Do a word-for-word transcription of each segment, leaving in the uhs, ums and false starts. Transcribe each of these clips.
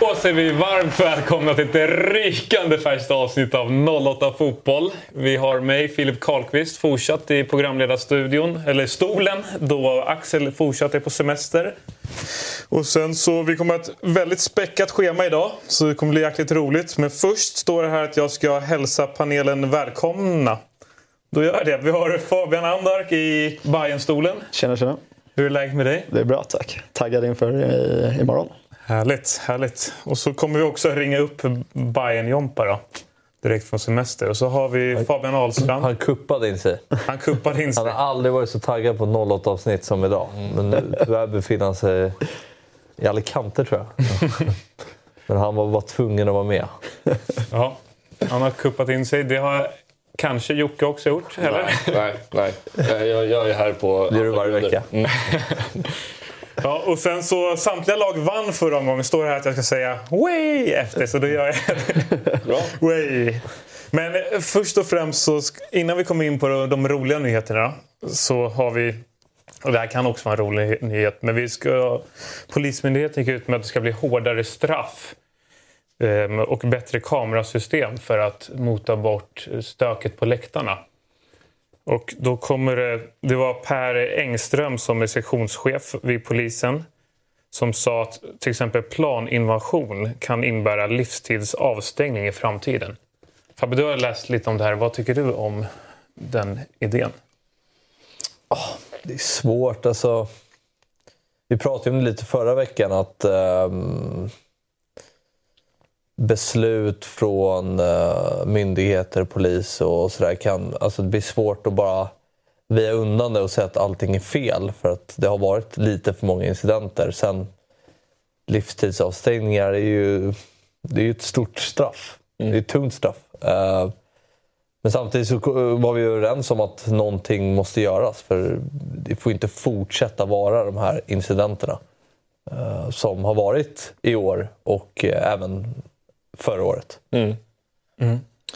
Då säger vi varmt välkomna till ett rykande färskt avsnitt av noll åtta Fotboll. Vi har mig, Filip Karlqvist, fortsatt i programledarstudion, eller stolen, då Axel fortsatt är på semester. Och sen så, vi kommer att ett väldigt späckat schema idag, så det kommer bli jäkligt roligt. Men först står det här att jag ska hälsa panelen välkomna. Då gör jag det. Vi har Fabian Andark i Bayern-stolen. Tjena, tjena. Hur är läget med dig? Det är bra, tack. Taggad inför i, imorgon. Härligt, härligt. Och så kommer vi också ringa upp Bayern-Jompa då, direkt från semester. Och så har vi Fabian Ahlstrand. Han kuppade in sig. Han kuppade in sig. Han har aldrig varit så taggad på noll åtta avsnitt som idag. Men nu tyvärr befinner han sig i Alicante, tror jag. Men han var bara tvungen att vara med. Ja, han har kuppat in sig. Det har kanske Jocke också gjort, eller? Nej, nej, nej. Jag, jag är här på... Det gör du varje vecka. Mm. Ja, och sen så samtliga lag vann förra omgången. Står det här att jag ska säga way efter, så då gör jag Bra. way. Men först och främst så innan vi kommer in på de roliga nyheterna så har vi, och det här kan också vara en rolig nyhet, men vi ska, Polismyndigheten gick ut med att det ska bli hårdare straff och bättre kamerasystem för att mota bort stöket på läktarna. Och då kommer det, det var Per Engström som är sektionschef vid polisen som sa att till exempel planinvasion kan innebära livstidsavstängning i framtiden. Fabbe, du har läst lite om det här. Vad tycker du om den idén? Oh, det är svårt. Alltså, vi pratade om det lite förra veckan att um, beslut från uh, myndigheter, polis och sådär kan, alltså det blir svårt att bara via undan det och säga att allting är fel, för att det har varit lite för många incidenter. Sen livstidsavstängningar är ju, det är ju ett stort straff. Mm. Det är ett tungt straff. Uh, men samtidigt så var vi överens om att någonting måste göras, för det får inte fortsätta vara de här incidenterna uh, som har varit i år och uh, även förra året. Mm. Mm.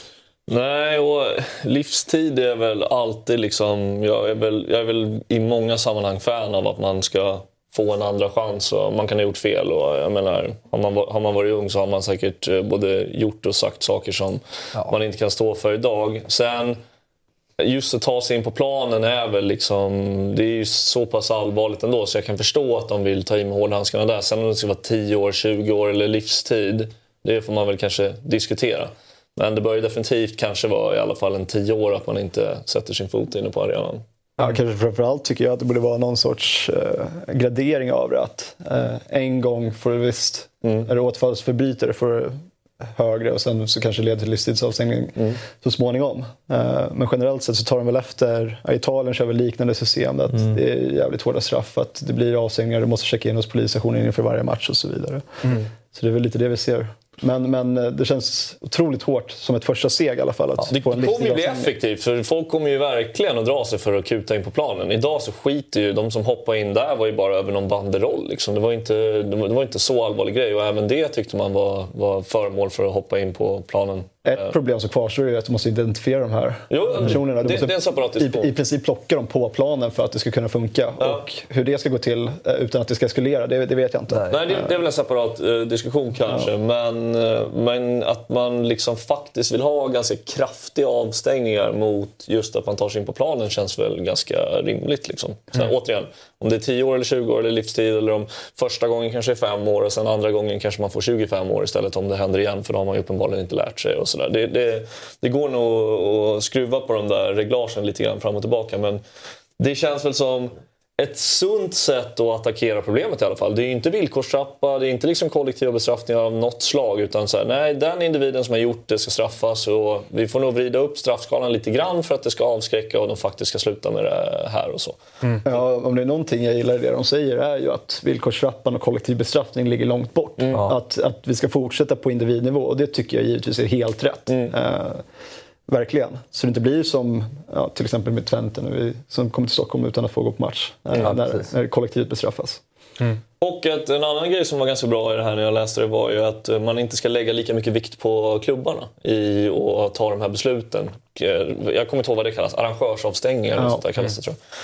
Nej, och livstid är väl alltid liksom, jag är väl, jag är väl i många sammanhang fan av att man ska få en andra chans, och man kan ha gjort fel, och jag menar, har man, har man varit ung så har man säkert både gjort och sagt saker som ja. man inte kan stå för idag. Sen just att ta sig in på planen är väl liksom, det är ju så pass allvarligt ändå, så jag kan förstå att de vill ta i med hårdhandskarna där. Sen om det ska vara tio år, tjugo år eller livstid, det får man väl kanske diskutera. Men det bör ju definitivt kanske vara i alla fall en tio år att man inte sätter sin fot inne på arenan. Ja, kanske framförallt tycker jag att det borde vara någon sorts eh, gradering av det. Att, eh, en gång får du visst, mm. är du återfallsförbrytare får du högre, och sen så kanske leder till livstidsavstängning mm. så småningom. Eh, men generellt sett så tar de väl efter, ja, Italien kör väl liknande system, att mm. det är jävligt hårda straff, att det blir avstängningar, du måste checka in hos polisstationen inför varje match och så vidare. Mm. Så det är väl lite det vi ser. Men, men det känns otroligt hårt som ett första steg i alla fall. Att ja, det få en kommer ju bli effektivt, för folk kommer ju verkligen att dra sig för att kuta in på planen. Idag så skiter ju de som hoppar in där, var ju bara över någon banderoll. Liksom. Det var inte, det var inte så allvarlig grej, och även det tyckte man var, var föremål för att hoppa in på planen. Ett problem som kvarstår är att du måste identifiera de här jo, personerna. Du det, måste det är en separat diskussion. i, i princip plocka dem på planen för att det ska kunna funka. Ja. Och hur det ska gå till utan att det ska eskalera, det, det vet jag inte. Nej, det, det är väl en separat uh, diskussion kanske. Ja. Men, uh, men att man liksom faktiskt vill ha ganska kraftiga avstängningar mot just att man tar sig in på planen känns väl ganska rimligt. Liksom. Så här, mm. återigen, om det är tio år eller tjugo år eller livstid, eller om första gången kanske är fem år och sen andra gången kanske man får tjugofem år istället om det händer igen, för då har man ju uppenbarligen inte lärt sig och sådär. Det, det, det går nog att skruva på de där reglagen lite grann fram och tillbaka, men det känns väl som ett sunt sätt att attackera problemet i alla fall. Det är ju inte villkorstrappa, det är inte liksom kollektiva bestraffningar av något slag, utan så här, nej, den individen som har gjort det ska straffas, och vi får nog vrida upp straffskalan lite grann för att det ska avskräcka och de faktiskt ska sluta med det här och så. Mm. Ja, om det är någonting jag gillar i det de säger är ju att villkorstrappan och kollektiv bestraffning ligger långt bort. Mm. Att, att vi ska fortsätta på individnivå, och det tycker jag givetvis är helt rätt. Mm. Uh, Verkligen. Så det inte blir som ja, till exempel med Twente när vi, som kommer till Stockholm utan att få gå på match. Mm, när, när, när kollektivet bestraffas. Mm. Och att en annan grej som var ganska bra i det här när jag läste det var ju att man inte ska lägga lika mycket vikt på klubbarna i att ta de här besluten. Jag kommer inte ihåg vad det kallas. Arrangörsavstängningar eller ja. sånt där kallas det, tror jag.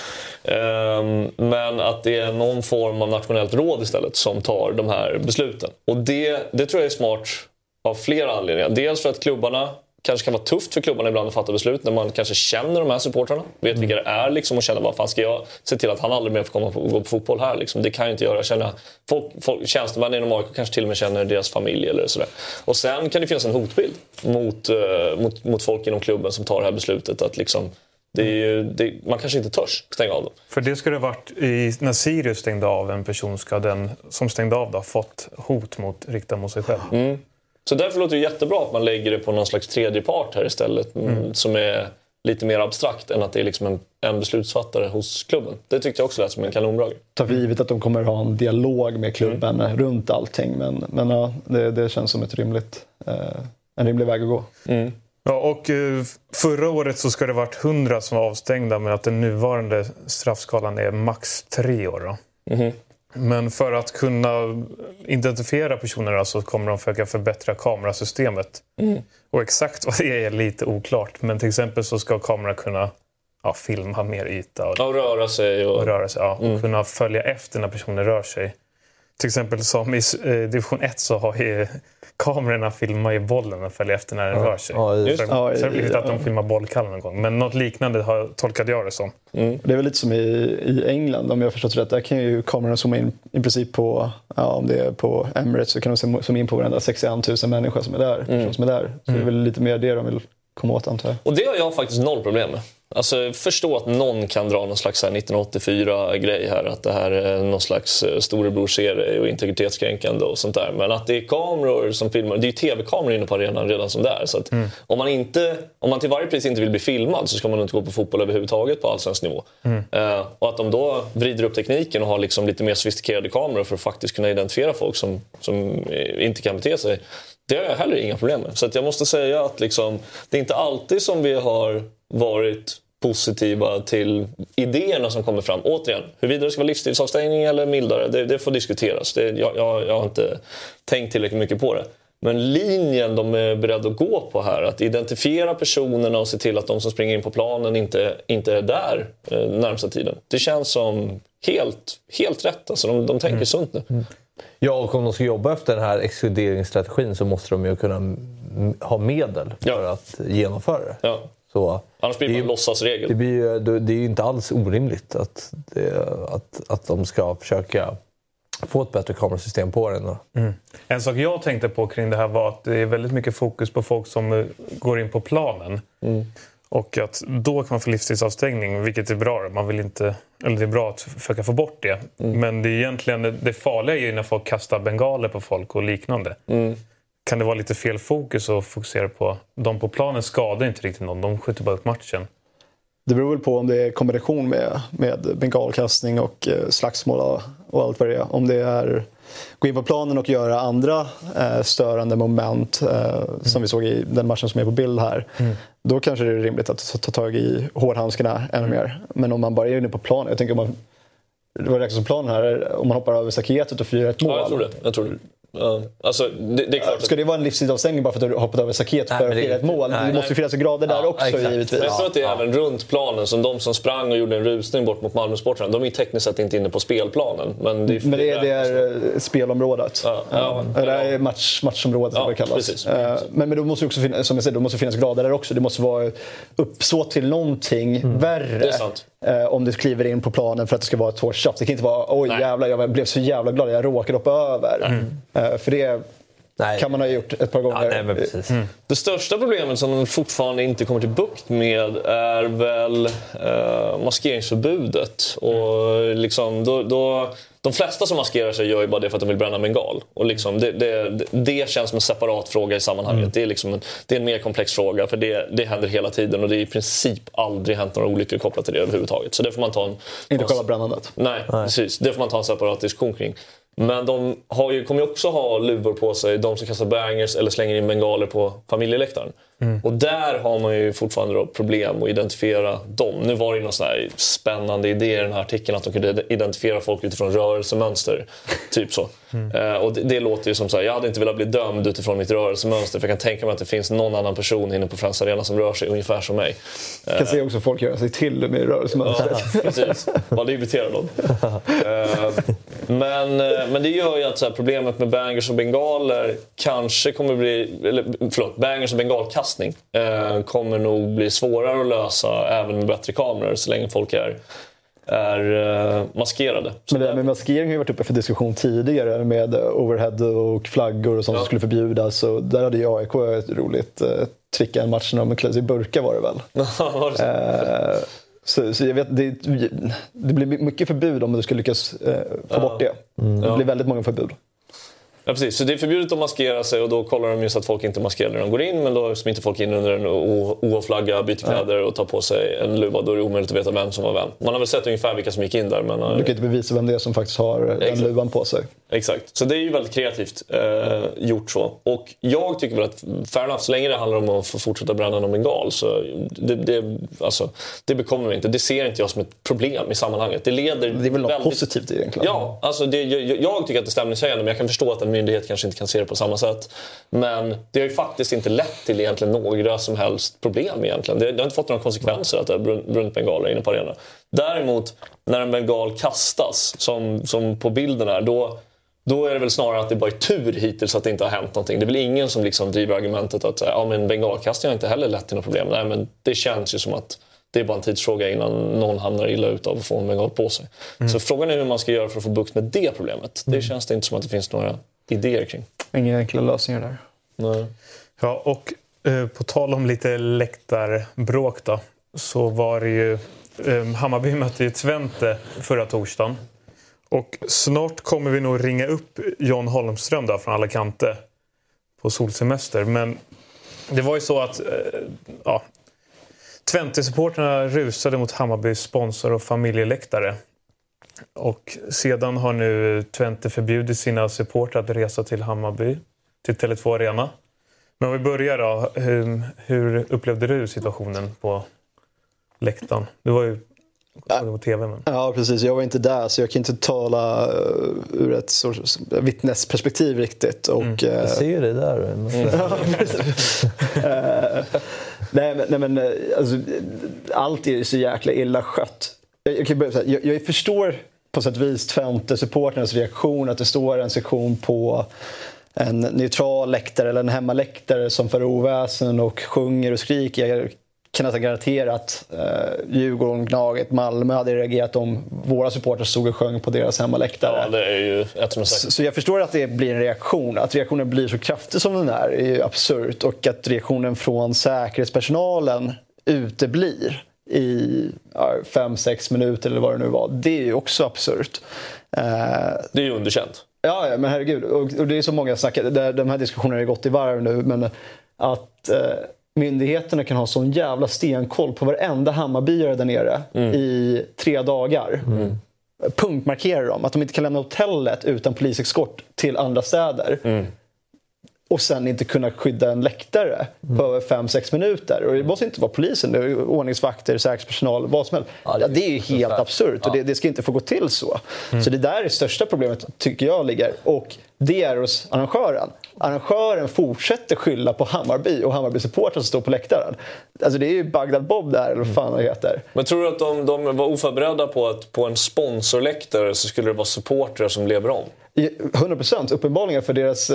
Um, men att det är någon form av nationellt råd istället som tar de här besluten. Och det, det tror jag är smart av flera anledningar. Dels för att klubbarna kanske kan vara tufft för klubbarna ibland att fatta beslut när man kanske känner de här supportrarna. Vet vilka det är liksom, och känner vad fan ska jag se till att han aldrig mer får komma och gå på fotboll här. Liksom. Det kan jag inte göra. Känna, folk, folk, tjänstemän inom A I K kanske till och med känner deras familj eller sådär. Och sen kan det finnas en hotbild mot, uh, mot, mot folk inom klubben som tar det här beslutet att liksom, det är ju, det, man kanske inte törs stänga av dem. För det skulle ha varit i, när Sirius stängde av en person, ska den som stängde av då fått hot mot, riktat mot sig själv. Mm. Så därför låter det jättebra att man lägger det på någon slags tredje part här istället. Mm. Som är lite mer abstrakt än att det är liksom en, en beslutsfattare hos klubben. Det tyckte jag också lät som en kanonbra. Ta för givet att de kommer ha en dialog med klubben mm. runt allting. Men, men ja, det, det känns som ett rimligt, eh, en rimlig väg att gå. Mm. Ja, och uh, förra året så ska det varit hundra som var avstängda, men att den nuvarande straffskalan är max tre år då. Mm. Men för att kunna identifiera personerna så kommer de försöka förbättra kamerasystemet. Mm. Och exakt vad det är lite oklart. Men till exempel så ska kameran kunna ja, filma mer yta. Och, och röra sig. Och, och, röra sig, ja, och mm. kunna följa efter när personer rör sig. Till exempel som i eh, division ett så har ju kamerorna filmar ju bollen och följer efter när den ja. rör sig. Ja, så, just. så ja, det har blivit ja. att de filmar bollkallen någon gång. Men något liknande har tolkat jag det som. Mm. Det är väl lite som i, i England om jag har förstått rätt. Där kan ju kamerorna zooma in i princip på, ja, om det är på Emirates så kan de zooma in på varenda sextioett tusen människor som är där. Mm. Som är där. Så mm. det är väl lite mer det de vill komma åt, antar jag. Och det har jag faktiskt noll problem med. Alltså förstå att någon kan dra någon slags här nittonhundraåttiofyra-grej här. Att det här är någon slags storebror-serie och integritetskränkande och sånt där. Men att det är kameror som filmar. Det är ju tv-kameror inne på arenan redan som där. Så att mm. om, man inte, om man till varje pris inte vill bli filmad så ska man inte gå på fotboll överhuvudtaget på allsvensk nivå. Mm. Uh, och att de då vrider upp tekniken och har liksom lite mer sofistikerade kameror för att faktiskt kunna identifiera folk som, som inte kan bete sig. Det har jag heller inga problem med. Så att jag måste säga att liksom, det är inte alltid som vi har varit positiva till idéerna som kommer fram. Återigen, huruvida det ska vara livsstilsavstängning eller mildare, det, det får diskuteras. Det, jag, jag, jag har inte tänkt tillräckligt mycket på det. Men linjen de är beredda att gå på här, att identifiera personerna och se till att de som springer in på planen inte, inte är där eh, närmsta tiden. Det känns som helt, helt rätt. Alltså, de, de tänker mm. sunt nu. Mm. Ja, och om de ska jobba efter den här exkluderingsstrategin så måste de ju kunna ha medel för ja. att genomföra det. Ja. Så, annars blir det en låtsasregel. Det, blir, det är ju inte alls orimligt att, det, att, att de ska försöka få ett bättre kamerasystem på den. Mm. En sak jag tänkte på kring det här var att det är väldigt mycket fokus på folk som går in på planen. Mm. Och att då kan man få livstidsavstängning, vilket är bra. Man vill inte, eller det är bra att försöka få bort det. Mm. Men det är egentligen det farliga är ju när folk kastar bengaler på folk och liknande. Mm. Kan det vara lite fel fokus att fokusera på de på planen skadar inte riktigt någon. De skjuter bara upp matchen. Det beror väl på om det är kombination med, med bengalkastning och eh, slagsmål och allt vad det är. Om det är gå in på planen och göra andra eh, störande moment eh, mm. som vi såg i den matchen som är på bild här. Mm. Då kanske det är rimligt att ta tag i hårdhandskarna ännu mm. mer. Men om man bara är inne på planen, jag tänker om man det var räknas som plan här, om man hoppar över staketet och firar ett mål. Ja, jag tror det. Jag tror det. Ja, alltså, det, det är klart. Ska det vara en livstidsavstängning bara för att du har hoppat över staket för att fira ett mål? Nej, det måste ju finnas grader där ja, också exakt. Givetvis. Men jag tror att det är ja. även runt planen som de som sprang och gjorde en rusning bort mot Malmösportrarna. De är tekniskt sett inte inne på spelplanen. Men det är, men det är, det är spelområdet. Ja, ja, ja, det är match, matchområdet ja, det kallas. Precis, precis. Men, men det måste också finnas, som jag säger, det måste finnas grader där också. Det måste vara uppsåt till någonting mm. värre. Det är sant. Om du kliver in på planen för att det ska vara ett hårt tjafs. Det kan inte vara oj Nej. jävlar, jag blev så jävla glad jag råkade hoppa över. Mm. För det Nej. kan man ha gjort ett par gånger. Ja, nej, men precis. Mm. Det största problemet som de fortfarande inte kommer till bukt med är väl eh, maskeringsförbudet. Och liksom, då, då, de flesta som maskerar sig gör ju bara det för att de vill bränna bengal. Och liksom, det, det, det känns som en separat fråga i sammanhanget. Mm. Det, är liksom en, det är en mer komplex fråga för det, det händer hela tiden och det är i princip aldrig hänt några olyckor kopplat till det överhuvudtaget. Så det får man ta en... Inte själva brännandet. Nej, nej, precis. Det får man ta en separat diskussion kring. Men de har ju, kommer ju också ha luvor på sig, de som kastar bangers eller slänger in bengaler på familjeläktaren. Mm. Och där har man ju fortfarande då problem att identifiera dem. Nu var det ju någon sån här spännande idé i den här artikeln att de kunde identifiera folk utifrån rörelsemönster. Typ så. Mm. Eh, och det, det låter ju som så här, jag hade inte velat bli dömd utifrån mitt rörelsemönster, för jag kan tänka mig att det finns någon annan person inne på Friends Arena som rör sig ungefär som mig. Jag kan eh, se också folk göra sig till med rörelsemönstret. Ja, precis. Vad det irriterar dem. eh, men, men det gör ju att så här, problemet med bangers och bengaler kanske kommer bli, eller förlåt, bangers och bengalkastning eh, kommer nog bli svårare att lösa även med bättre kameror så länge folk är är uh, maskerade. Men det där med maskering har ju varit uppe för diskussion tidigare med overhead och flaggor och sånt ja. som skulle förbjudas. Och där hade jag A I K ett roligt uh, tricka en match när de klädde sig i burka var det väl. var det så? Uh, så, så jag vet, det, det blir mycket förbud om du ska lyckas uh, få ja. bort det. Mm. Det blir väldigt många förbud. Ja, precis. Så det är förbjudet att maskera sig och då kollar de ju så att folk inte maskerar när de går in, men då smiter folk in under en O H-flagga, byter kläder och tar på sig en luva. Då är det omöjligt att veta vem som var vem. Man har väl sett ungefär vilka som gick in där. Men du kan inte bevisa vem det är som faktiskt har den Exakt. luvan på sig. Exakt. Så det är ju väldigt kreativt eh, gjort så. Och jag tycker väl att fair enough, så länge det handlar om att få fortsätta bränna någon bengal, så det, det, alltså, det bekommer mig inte. Det ser inte jag som ett problem i sammanhanget. Det leder Det är väl något väldigt... positivt egentligen. Ja, alltså det, jag, jag tycker att det är stämningshöjande, men jag kan förstå att en myndighet kanske inte kan se det på samma sätt. Men det har ju faktiskt inte lett till egentligen några som helst problem egentligen. Det, det har inte fått några konsekvenser att det är brunt bengaler inne på arenan. Däremot, när en bengal kastas, som, som på bilden här, då, då är det väl snarare att det bara är tur hittills att det inte har hänt någonting. Det är väl ingen som liksom driver argumentet att ja, men bengalkastning har inte heller lett till något problem. Nej, men det känns ju som att det är bara en tidsfråga innan någon hamnar illa ut av att få en bengal på sig. Mm. Så frågan är hur man ska göra för att få bukt med det problemet. Det känns det inte som att det finns några idéer kring. Inga enkla lösningar där. Nej. Ja, och eh, på tal om lite läktarbråk då, så var det ju eh, Hammarby mötte ju Twente förra torsdagen. Och snart kommer vi nog ringa upp John Holmström då, från Alicante på solsemester. Men det var ju så att eh, ja, Twente-supporterna rusade mot Hammarbys sponsor och familjeläktare. Och sedan har nu Twente förbjudit sina supportrar att resa till Hammarby, till Tele två Arena. Men om vi börjar då, hur, hur upplevde du situationen på läktaren? Du var ju på tv. Men... Ja, precis. Jag var inte där, så jag kan inte tala uh, ur ett sorts vittnesperspektiv riktigt. Och, mm. Jag ser det där. uh, nej, men, nej, men alltså, allt är ju så jäkla illa skött. Jag, jag, kan börja säga, jag, jag förstår på sätt och vis Twente-supporternas reaktion att det står en sektion på en neutral läktare eller en hemmaläktare som för oväsen och sjunger och skriker. Jag kan nästan garantera att eh, Djurgården, Gnaget, Malmö hade reagerat om våra supportrar stod och sjöng på deras hemmaläktare. Ja, det är ju ett som så, så jag förstår att det blir en reaktion. Att reaktionen blir så kraftig som den är är ju absurt. Och att reaktionen från säkerhetspersonalen uteblir i ja, fem, sex minuter eller vad det nu var. Det är ju också absurt. Eh, det är ju underkänt. Ja, ja, men herregud. Och, och det är så många snackar, där de här diskussionerna har gått i varv nu, men att eh, myndigheterna kan ha sån jävla stenkoll på varenda Hammarbyare där nere mm. i tre dagar. Mm. Punktmarkerar dem. Att de inte kan lämna hotellet utan polisexkort till andra städer. Mm. Och sen inte kunna skydda en läktare mm. på över fem sex minuter. Och det måste inte vara polisen, det är ordningsvakter, säkerhetspersonal, vad som helst. Ja, det, ja, det är ju helt absurt ja. och det, det ska inte få gå till så. Mm. Så det där är det största problemet, tycker jag, ligger. Och det är hos arrangören. Arrangören fortsätter skylla på Hammarby och Hammarby-supportrar som står på läktaren. Alltså det är ju Bagdad Bob där, eller vad fan det heter. Men tror du att de, de var oförberedda på att på en sponsorläktare så skulle det vara supportrar som lever om? hundra procent uppenbarligen, för deras,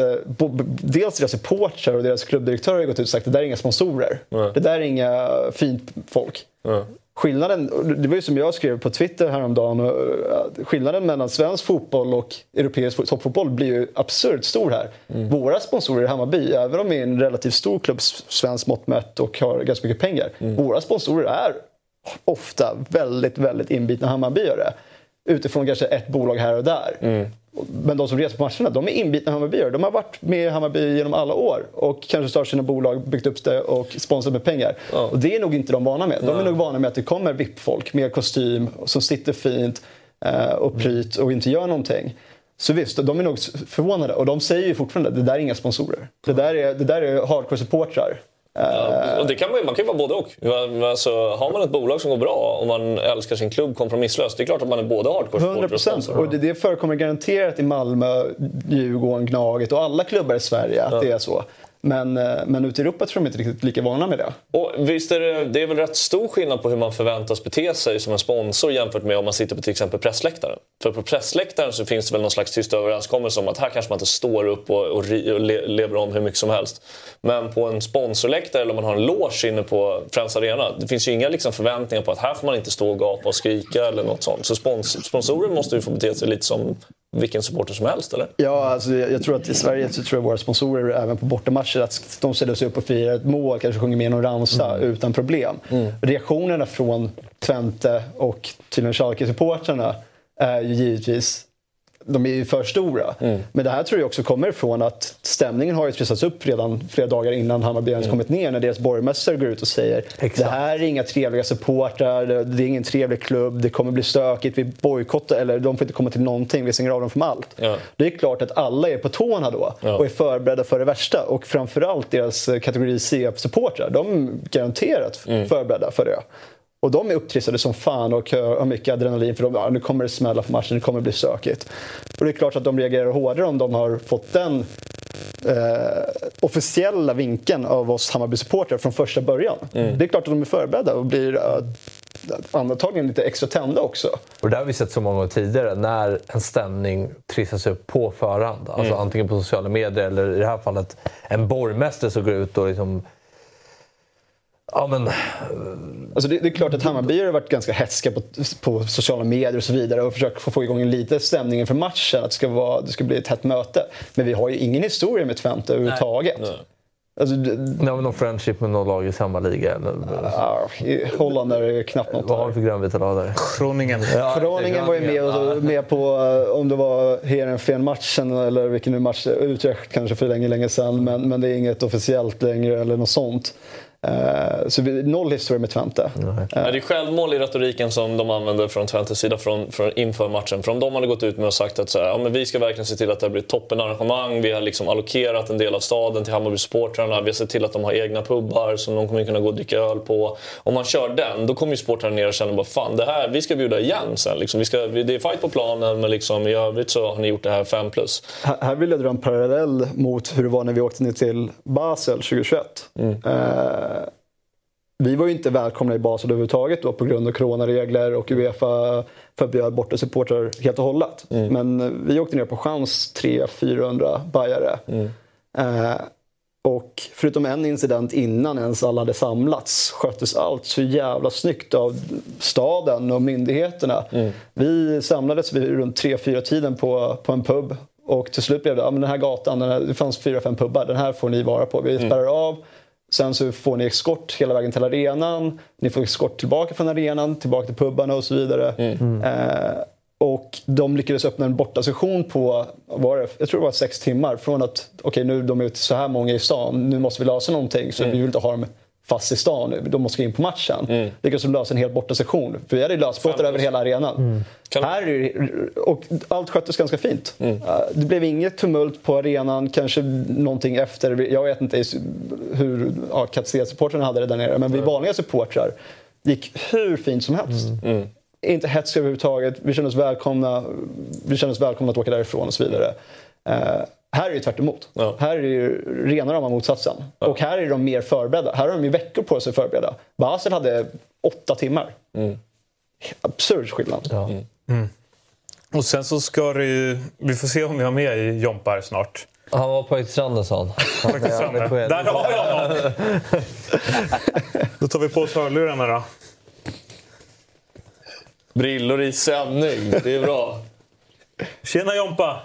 dels deras supportrar och deras klubbdirektörer har gått ut och sagt att det där är inga sponsorer. Mm. Det där är inga fint folk. Mm. Skillnaden, det var ju som jag skrev på Twitter häromdagen, skillnaden mellan svensk fotboll och europeisk toppfotboll blir ju absurt stor här. Mm. Våra sponsorer i Hammarby, även om vi är en relativt stor klubb, svensk mått mätt, och har ganska mycket pengar, mm. våra sponsorer är ofta väldigt, väldigt inbitna Hammarbyare. Utifrån kanske ett bolag här och där. Mm. Men de som reser på matcherna, de är inbitna Hammarbyare. De har varit med i Hammarby genom alla år och kanske startat sina bolag, byggt upp det och sponsrat med pengar. Ja. Och det är nog inte de vana med. De är ja. nog vana med att det kommer V I P-folk med kostym som sitter fint och pryt och inte gör någonting. Så visst, de är nog förvånade. Och de säger ju fortfarande att det där är inga sponsorer. Det där är, det där är hardcore-supportrar. Ja, och det kan man, man kan ju vara både och. Alltså, har man ett bolag som går bra och man älskar sin klubb kompromisslöst, det är klart att man är både hardcore-supporter hundra procent. Och det, det förekommer garanterat i Malmö, Djurgården, Gnaget och alla klubbar i Sverige att ja. det är så. Men, men ute i Europa tror de inte riktigt lika vana med det. Och visst är det, det är väl rätt stor skillnad på hur man förväntas bete sig som en sponsor jämfört med om man sitter på till exempel pressläktaren. För på pressläktaren så finns det väl någon slags tyst överenskommelse om att här kanske man inte står upp och, och, ri, och le, lever om hur mycket som helst. Men på en sponsorläktare eller om man har en loge inne på Friends Arena, det finns ju inga liksom förväntningar på att här får man inte stå och gapa och skrika eller något sånt. Så spons, sponsorer måste ju få bete sig lite som vilken supporter som helst, eller? Ja, alltså, jag tror att i Sverige så tror jag våra sponsorer även på bortamatcher att de ställer sig upp och firar ett mål, kanske sjunger med någon ramsa mm. utan problem. Mm. Reaktionerna från Twente och tydligen Schalke-supporterna är ju givetvis de är ju för stora. Mm. Men det här tror jag också kommer ifrån att stämningen har ju trissats upp redan flera dagar innan Hammarby ens mm. kommit ner, när deras borgmästare går ut och säger Exakt. det här är inga trevliga supportrar, det är ingen trevlig klubb, det kommer bli stökigt, vi bojkottar, eller de får inte komma till någonting, vi stänger av dem från allt. Ja. Det är klart att alla är på tårna då ja. och är förberedda för det värsta, och framförallt deras kategori C-supportrar, de är garanterat mm. förberedda för det. Och de är upptrissade som fan och har mycket adrenalin, för de, ja, nu kommer det smälla för matchen, det kommer bli stökigt. Och det är klart att de reagerar hårdare om de har fått den eh, officiella vinkeln av oss Hammarby-supportrar från första början. Mm. Det är klart att de är förberedda och blir uh, antagligen lite extra tända också. Och det har vi sett så många gånger tidigare, när en stämning trissas upp på förhand. Alltså mm. antingen på sociala medier eller i det här fallet en borgmästare som går ut och liksom... Ja, men... Alltså det, det är klart att Hammarby har varit ganska hetska på, på sociala medier och så vidare och försökt få, få igång en lite stämning för matchen, att det ska, vara, det ska bli ett hett möte. Men vi har ju ingen historia med Twente överhuvudtaget. Nej. Alltså, det har vi någon friendship med någon lag i samma liga? Eller? Ja, i Holland är det knappt något. Vad har du för grönvita lag där? Groningen. Ja, Groningen var ju med, och, med på om det var Heerenveen-matchen eller vilken nu match, Utrecht kanske för länge, länge sedan, men, men det är inget officiellt längre eller något sånt. Uh, så vi, noll historia med Twente. Uh. Det är självmål i retoriken som de använder från Twentes sida från, från inför matchen. För om de hade gått ut med och sagt att så här, ja, men vi ska verkligen se till att det blir toppenarrangemang, vi har liksom allokerat en del av staden till Hammarby-supportrarna, vi har sett till att de har egna pubbar som de kommer kunna gå och dricka öl på. Om man kör den, då kommer ju supportrarna ner och känner bara, fan, det här, vi ska bjuda igen sen. Liksom, vi ska, det är fight på planen, men liksom, i övrigt så har ni gjort det här fem plus. Här, här vill jag dra en parallell mot hur det var när vi åkte ner till Basel tjugohundratjugoett. Mm. Uh, Vi var ju inte välkomna i Basel överhuvudtaget då, på grund av coronaregler, och UEFA förbjöd borta supportrar helt och hållet. Mm. Men vi åkte ner på chans tre till fyrahundra bajare. Mm. Eh, och förutom en incident innan ens alla hade samlats, sköttes allt så jävla snyggt av staden och myndigheterna. Mm. Vi samlades vid runt tre fyra tiden på, på en pub, och till slut blev det, ja, men den här gatan, den här, det fanns fyra fem pubbar, den här får ni vara på. Vi spärrar mm. av. Sen så får ni escort hela vägen till arenan. Ni får escort tillbaka från arenan, tillbaka till pubbarna och så vidare. Mm. Eh, och de lyckades öppna en bortasession på, var det, jag tror det var sex timmar. Från att, okej okay, nu de är ute så här många i stan, nu måste vi lösa någonting. Så mm. vi vill inte ha dem fast i stan, de måste gå in på matchen. Mm. Lyckades de lösa en hel bortasession. För vi hade ju lösbåtar över hela arenan. Mm. Här är det, och allt sköttes ganska fint. Mm. Det blev inget tumult på arenan, kanske någonting efter. Jag vet inte hur ja, Katzé-supportrarna hade det där nere, men vi vanliga supportrar gick hur fint som helst. Mm. Mm. Inte hets överhuvudtaget. Vi kände oss välkomna, vi kände oss välkomna att åka därifrån och så vidare. Uh, här är det tvärt emot. Ja. Här är det ju rena rama motsatsen. Ja. Och här är de mer förberedda. Här har de ju veckor på sig att förbereda. Basel hade åtta timmar. Mm. Absurd skillnad. Ja. Mm. Mm. Och sen så ska det ju... Vi får se om vi har med i Jompar snart. Han var på ett stranden, sa han. han Där har jag någon! Då tar vi på oss hörlurarna då. Brillor i sändning, det är bra. Tjena Jompa!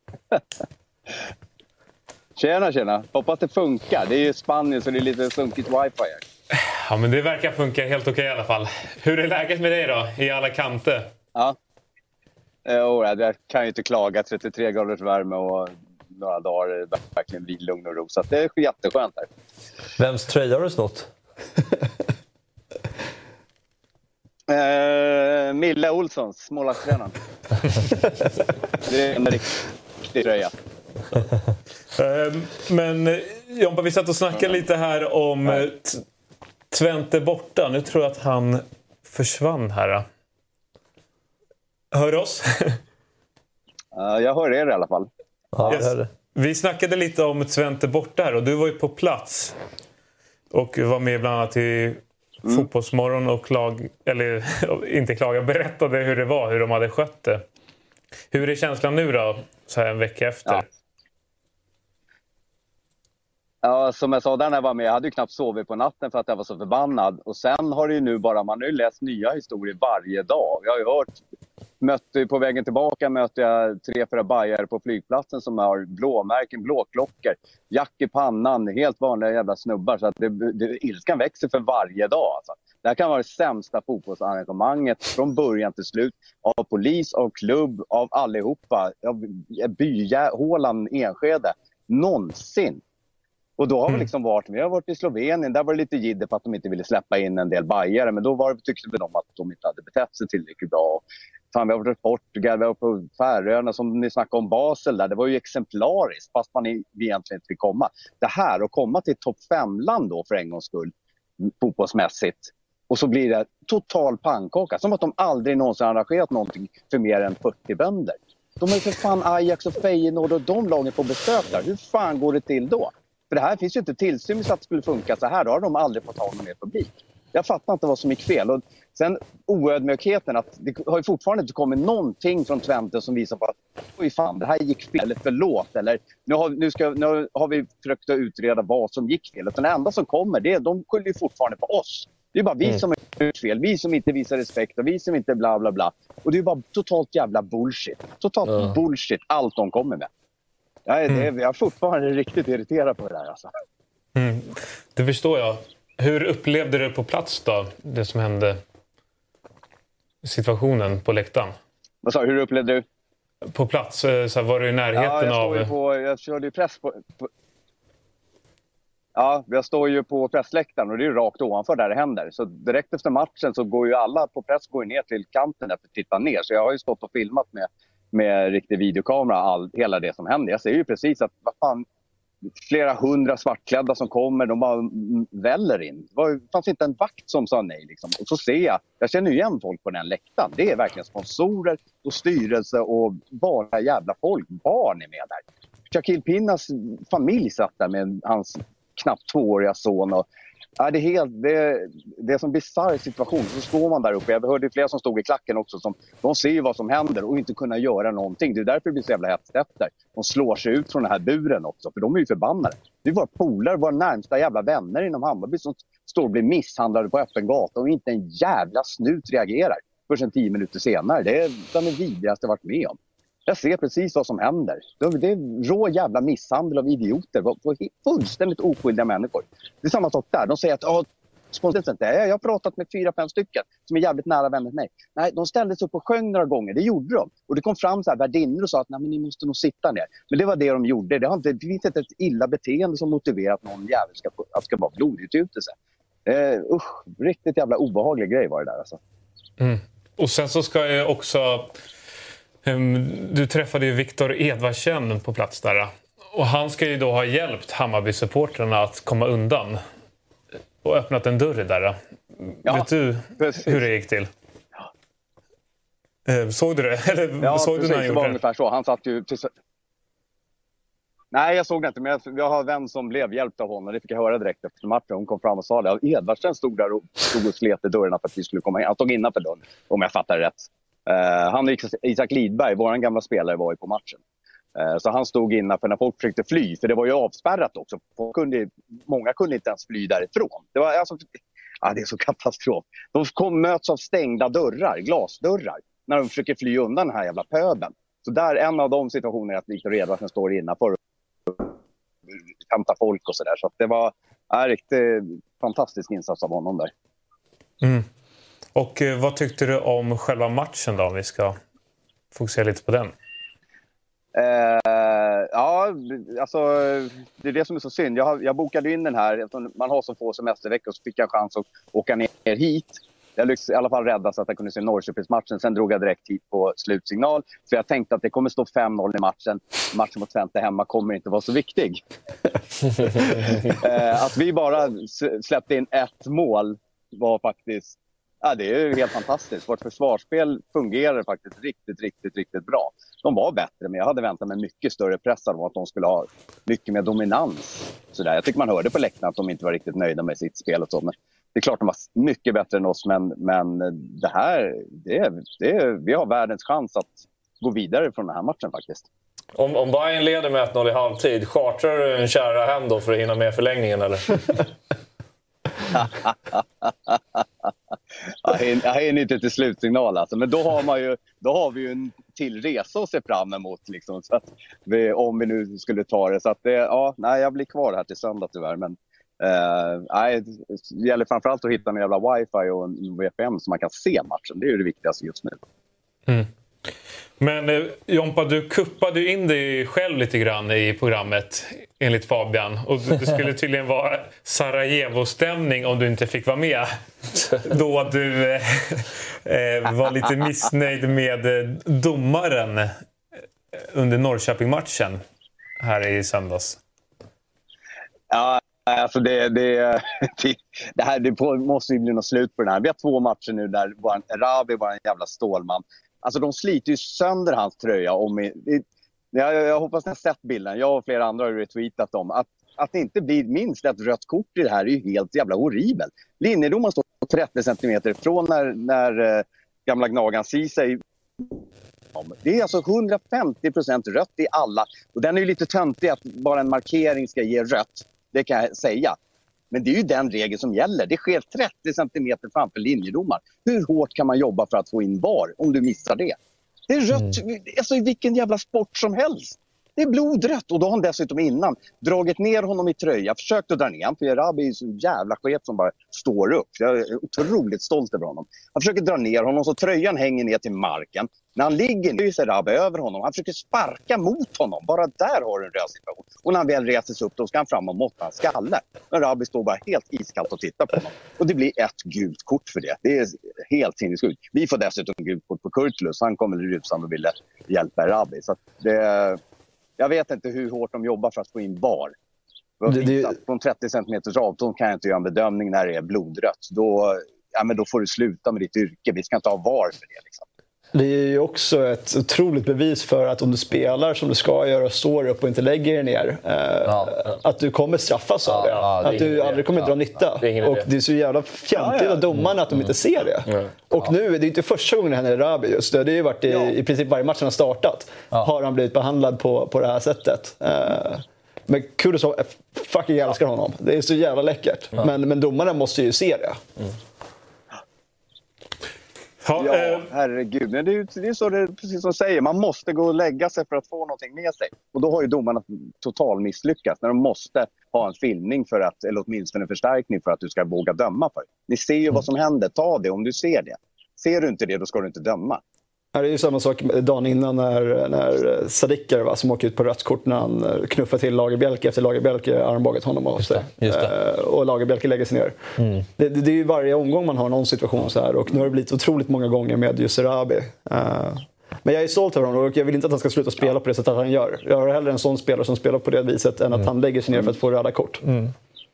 Tjena, tjena. Hoppas det funkar. Det är ju Spanien så det är lite sunkigt wifi här. Ja, men det verkar funka helt okej i alla fall. Hur är läget med dig då, i alla kanter? Ja. Jo, jag kan ju inte klaga. trettiotre graders värme och några dagar är verkligen vid lugn och ro. Så det är jätteskönt här. Vems tröja har du snott? eh, Mille Olssons, målvaktstränaren. Det är en riktig tröja. Men Jompa, vi satt och snackade lite här om Twente borta. Nu tror jag att han försvann här. Hör oss? Jag hör er i alla fall. Ja, yes. det. Vi snackade lite om Twente borta här och du var ju på plats. Och var med bland annat i mm. Fotbollsmorgon och klag, eller inte klaga, berättade hur det var, hur de hade skött det. Hur är känslan nu då, så här en vecka efter? Ja. Ja, som jag sa där när jag var med, jag hade ju knappt sovit på natten för att jag var så förbannad. Och sen har det ju nu bara, man har ju läst nya historier varje dag. Jag har ju hört, mötte, på vägen tillbaka mötte jag tre, fyra bajare på flygplatsen som har blåmärken, blåklockor, jack i pannan, helt vanliga jävla snubbar. Så att det, det, ilskan växer för varje dag. Alltså. Det här kan vara det sämsta fotbollsarrangemanget från början till slut. Av polis, av klubb, av allihopa. Av byhålan Enskede. Någonsin. Och då har vi liksom varit, vi har varit i Slovenien, där var det lite jidder på att de inte ville släppa in en del bajare. Men då var det, tyckte vi dem att de inte hade betett sig tillräckligt bra. Fan, vi har varit i Portugal, vi har varit på Färöarna, som ni snackade om Basel där. Det var ju exemplariskt, fast man egentligen inte fick komma. Det här, att komma till topp fem-land då för en gångs skull, fotbollsmässigt. Och så blir det total pannkaka. Som att de aldrig någonsin arrangerat någonting för mer än fyrtio bönder. De har ju för fan Ajax och Feyenoord och de lagen på besök där. Hur fan går det till då? För det här finns ju inte tillsyn så att det skulle funka så här. Då har de aldrig fått ha någon mer publik. Jag fattar inte vad som gick fel. Och sen oödmjukheten, att det har ju fortfarande inte kommit någonting från Twente som visar på att oj fan, det här gick fel, eller förlåt. Eller nu har, nu ska, nu har vi försökt att utreda vad som gick fel. Utan det enda som kommer, det, de skyller ju fortfarande på oss. Det är bara vi mm. som har gjort fel. Vi som inte visar respekt och vi som inte bla bla bla. Och det är bara totalt jävla bullshit. Totalt mm. bullshit, allt de kommer med. Jag är, mm. jag är fortfarande riktigt irriterad på det där. Alltså. Mm. Det förstår jag. Hur upplevde du på plats då, det som hände? Situationen på läktaren? Vad sa du, hur upplevde du? På plats, så här, var du i närheten ja, jag av... Ju på, jag körde ju press på, på... Ja, jag står ju på pressläktaren och det är ju rakt ovanför där det händer. Så direkt efter matchen så går ju alla på press går ner till kanten för att titta ner. Så jag har ju stått och filmat med, med riktig videokamera all, hela det som händer. Jag ser ju precis att vad fan, flera hundra svartklädda som kommer, de bara väller in. Det var, fanns inte en vakt som sa nej. Liksom. Och så ser jag, jag känner igen folk på den läktaren. Det är verkligen sponsorer och styrelse och bara jävla folk. Barn är med där. Shaquille Pinnas familj satt där med hans knappt tvååriga son. Och, ja, det är helt, det, det är som en bizarr situation. Så står man där uppe. Jag hörde flera som stod i klacken också. Som, de ser ju vad som händer och inte kunna göra någonting. Det är därför det blir så jävla hetsigt efter. De slår sig ut från den här buren också. För de är ju förbannade. Det är våra polare, våra närmsta jävla vänner inom Hammarby som står och blir misshandlade på öppen gata. Och inte en jävla snut reagerar. Först en tio minuter senare. Det är bland det vidrigaste jag varit med om. Jag ser precis vad som händer. Det är rå jävla misshandel av idioter. Fullständigt oskyldiga människor. Det är samma sak där. De säger att oh, spontant inte. Jag har pratat med fyra, fem stycken som är jävligt nära vänner till mig. Nej, de ställde sig upp och sjöng några gånger. Det gjorde de. Och det kom fram så här värdinnor och sa att nej, men ni måste nog sitta ner. Men det var det de gjorde. Det har inte, det finns inte ett illa beteende som motiverar att någon jävel ska, att ska vara blodutgjutelse. Eh, usch, riktigt jävla obehaglig grej var det där alltså. Mm. Och sen så ska jag också... Du träffade ju Viktor Edvardsen på plats där. Och han ska ju då ha hjälpt Hammarby-supporterna att komma undan. Och öppnat en dörr där. Ja, vet du precis. Hur det gick till? Ja. Såg du det? Eller ja, såg precis. Du när han det var ungefär så. Han satt ju... Nej, jag såg det inte. Men jag har en vän som blev hjälpt av honom. Det fick jag höra direkt efter matchen. Hon kom fram och sa det. Edvardsen stod där och stod och slet i dörrarna för att vi skulle komma in. Han stod innanför dörren, om jag fattar rätt. Uh, han och Isak Lidberg, vår gamla spelare, var ju på matchen. Uh, så han stod innanför när folk försökte fly. För det var ju avspärrat också. Folk kunde, många kunde inte ens fly därifrån. Det var alltså... Ja, det är så katastrof. De kom, möts av stängda dörrar, glasdörrar. När de försöker fly undan den här jävla pöben. Så där, en av de situationer är att Viktor Edvardsen står innanför och hämtar folk och sådär. Så att det var en riktigt fantastisk insats av honom där. Mm. Och eh, vad tyckte du om själva matchen då, om vi ska fokusera lite på den? Eh, ja, alltså det är det som är så synd. Jag, jag bokade in den här, man har så få semesterveckor så fick jag chans att åka ner hit. Jag lyckades i alla fall rädda så att jag kunde se Norrköpingsmatchen. Sen drog jag direkt hit på slutsignal. För jag tänkte att det kommer stå fem noll i matchen. Matchen mot Twente hemma kommer inte vara så viktig. eh, att vi bara släppte in ett mål var faktiskt... Ja, det är ju helt fantastiskt. Vårt försvarsspel fungerar faktiskt riktigt, riktigt, riktigt bra. De var bättre, men jag hade väntat mig mycket större press av att de skulle ha mycket mer dominans. Så där. Jag tycker man hörde på läktaren att de inte var riktigt nöjda med sitt spel och så. Men det är klart de var mycket bättre än oss, men, men det här, det, det, vi har världens chans att gå vidare från den här matchen faktiskt. Om, om Bayern leder med ett noll i halvtid, chartrar du en kära hem då för att hinna med förlängningen, eller? Jag är inte till slutsignal alltså. Men då har, man ju, då har vi ju en till resa att se fram emot liksom, så att vi, om vi nu skulle ta det. Så att det, ja, nej, jag blir kvar här till söndag tyvärr. Men eh, nej, det gäller framförallt att hitta en jävla wifi och en V P N så man kan se matchen. Det är ju det viktigaste just nu. Mm. Men eh, Jompa, du kuppade in dig själv lite grann i programmet enligt Fabian. Och det skulle tydligen vara Sarajevo-stämning om du inte fick vara med. Då du eh, eh, var lite missnöjd med eh, domaren under Norrköping-matchen här i söndags. Ja, alltså det, det, det, det här det måste ju bli något slut på den här. Vi har två matcher nu där vår Erabi var en jävla stålman. Alltså de sliter ju sönder hans tröja. Om, jag, jag hoppas ni har sett bilden. Jag och flera andra har retweetat dem. Att, att det inte blir minst ett rött kort i det här är ju helt jävla horribelt. Linjedomaren står trettio centimeter från när, när äh, gamla gnagan Ceesay. Det är alltså hundrafemtio procent rött i alla. Och den är ju lite töntig att bara en markering ska ge rött. Det kan jag säga. Men det är ju den regeln som gäller. Det sker trettio centimeter framför linjedomar. Hur hårt kan man jobba för att få in V A R om du missar det? Det är rött, mm. alltså i vilken jävla sport som helst. Det är blodrött. Och då har han dessutom innan dragit ner honom i tröja. Försökt att dra ner honom. För Erabi är så jävla chef som bara står upp. Jag är otroligt stolt över honom. Han försöker dra ner honom så tröjan hänger ner till marken. När han ligger nu är Erabi över honom. Han försöker sparka mot honom. Bara där har du en röd situation. Och när han väl reser sig upp då ska han fram och måtta hans skalle. Men Erabi står bara helt iskallt och tittar på honom. Och det blir ett gult kort för det. Det är helt sinnessjukt. Vi får dessutom gult kort på Kurtulus. Han kommer rusande och ville hjälpa Erabi. Så att det... Jag vet inte hur hårt de jobbar för att få in V A R. Det, det... Från trettio centimeters avstånd kan jag inte göra en bedömning när det är blodrött. Då, ja, men då får du sluta med ditt yrke. Vi ska inte ha V A R för det. Liksom. Det är ju också ett otroligt bevis för att om du spelar som du ska göra och står upp och inte lägger dig ner. Eh, ja. Att du kommer straffas av det. Ja, det att du aldrig kommer ja. dra nytta. Ja, det och det är så jävla fjantigt ja, ja. av domarna att de inte ser det. Mm. Och ja. nu, det är inte första gången han är Erabi just det. Det har ju varit i, ja. i princip varje match han har startat. Ja. Har han blivit behandlad på, på det här sättet. Eh, men Kulusov, fucking jag älskar honom. Det är så jävla läckert. Ja. Men, men domarna måste ju se det. Mm. Ja, herregud. Men det är, det är så det är precis som säger. Man måste gå och lägga sig för att få någonting med sig. Och då har ju domarna total misslyckats. När de måste ha en filmning för att, eller åtminstone en förstärkning för att du ska våga döma för. Ni ser ju mm. vad som händer. Ta det om du ser det. Ser du inte det, då ska du inte döma. Det är ju samma sak dagen innan när, när Sadiker va, som åker ut på rött kort när han knuffar till Lagerbielke efter Lagerbielke armbågat honom av sig. Just det. Uh, och Lagerbielke lägger sig ner. Mm. Det, det, det är ju varje omgång man har någon situation så här. Och nu har det blivit otroligt många gånger med just Erabi. Uh, men jag är stolt över honom och jag vill inte att han ska sluta spela på det sättet han gör. Jag har hellre en sån spelare som spelar på det viset än att mm. han lägger sig ner för att få röda kort. Mm.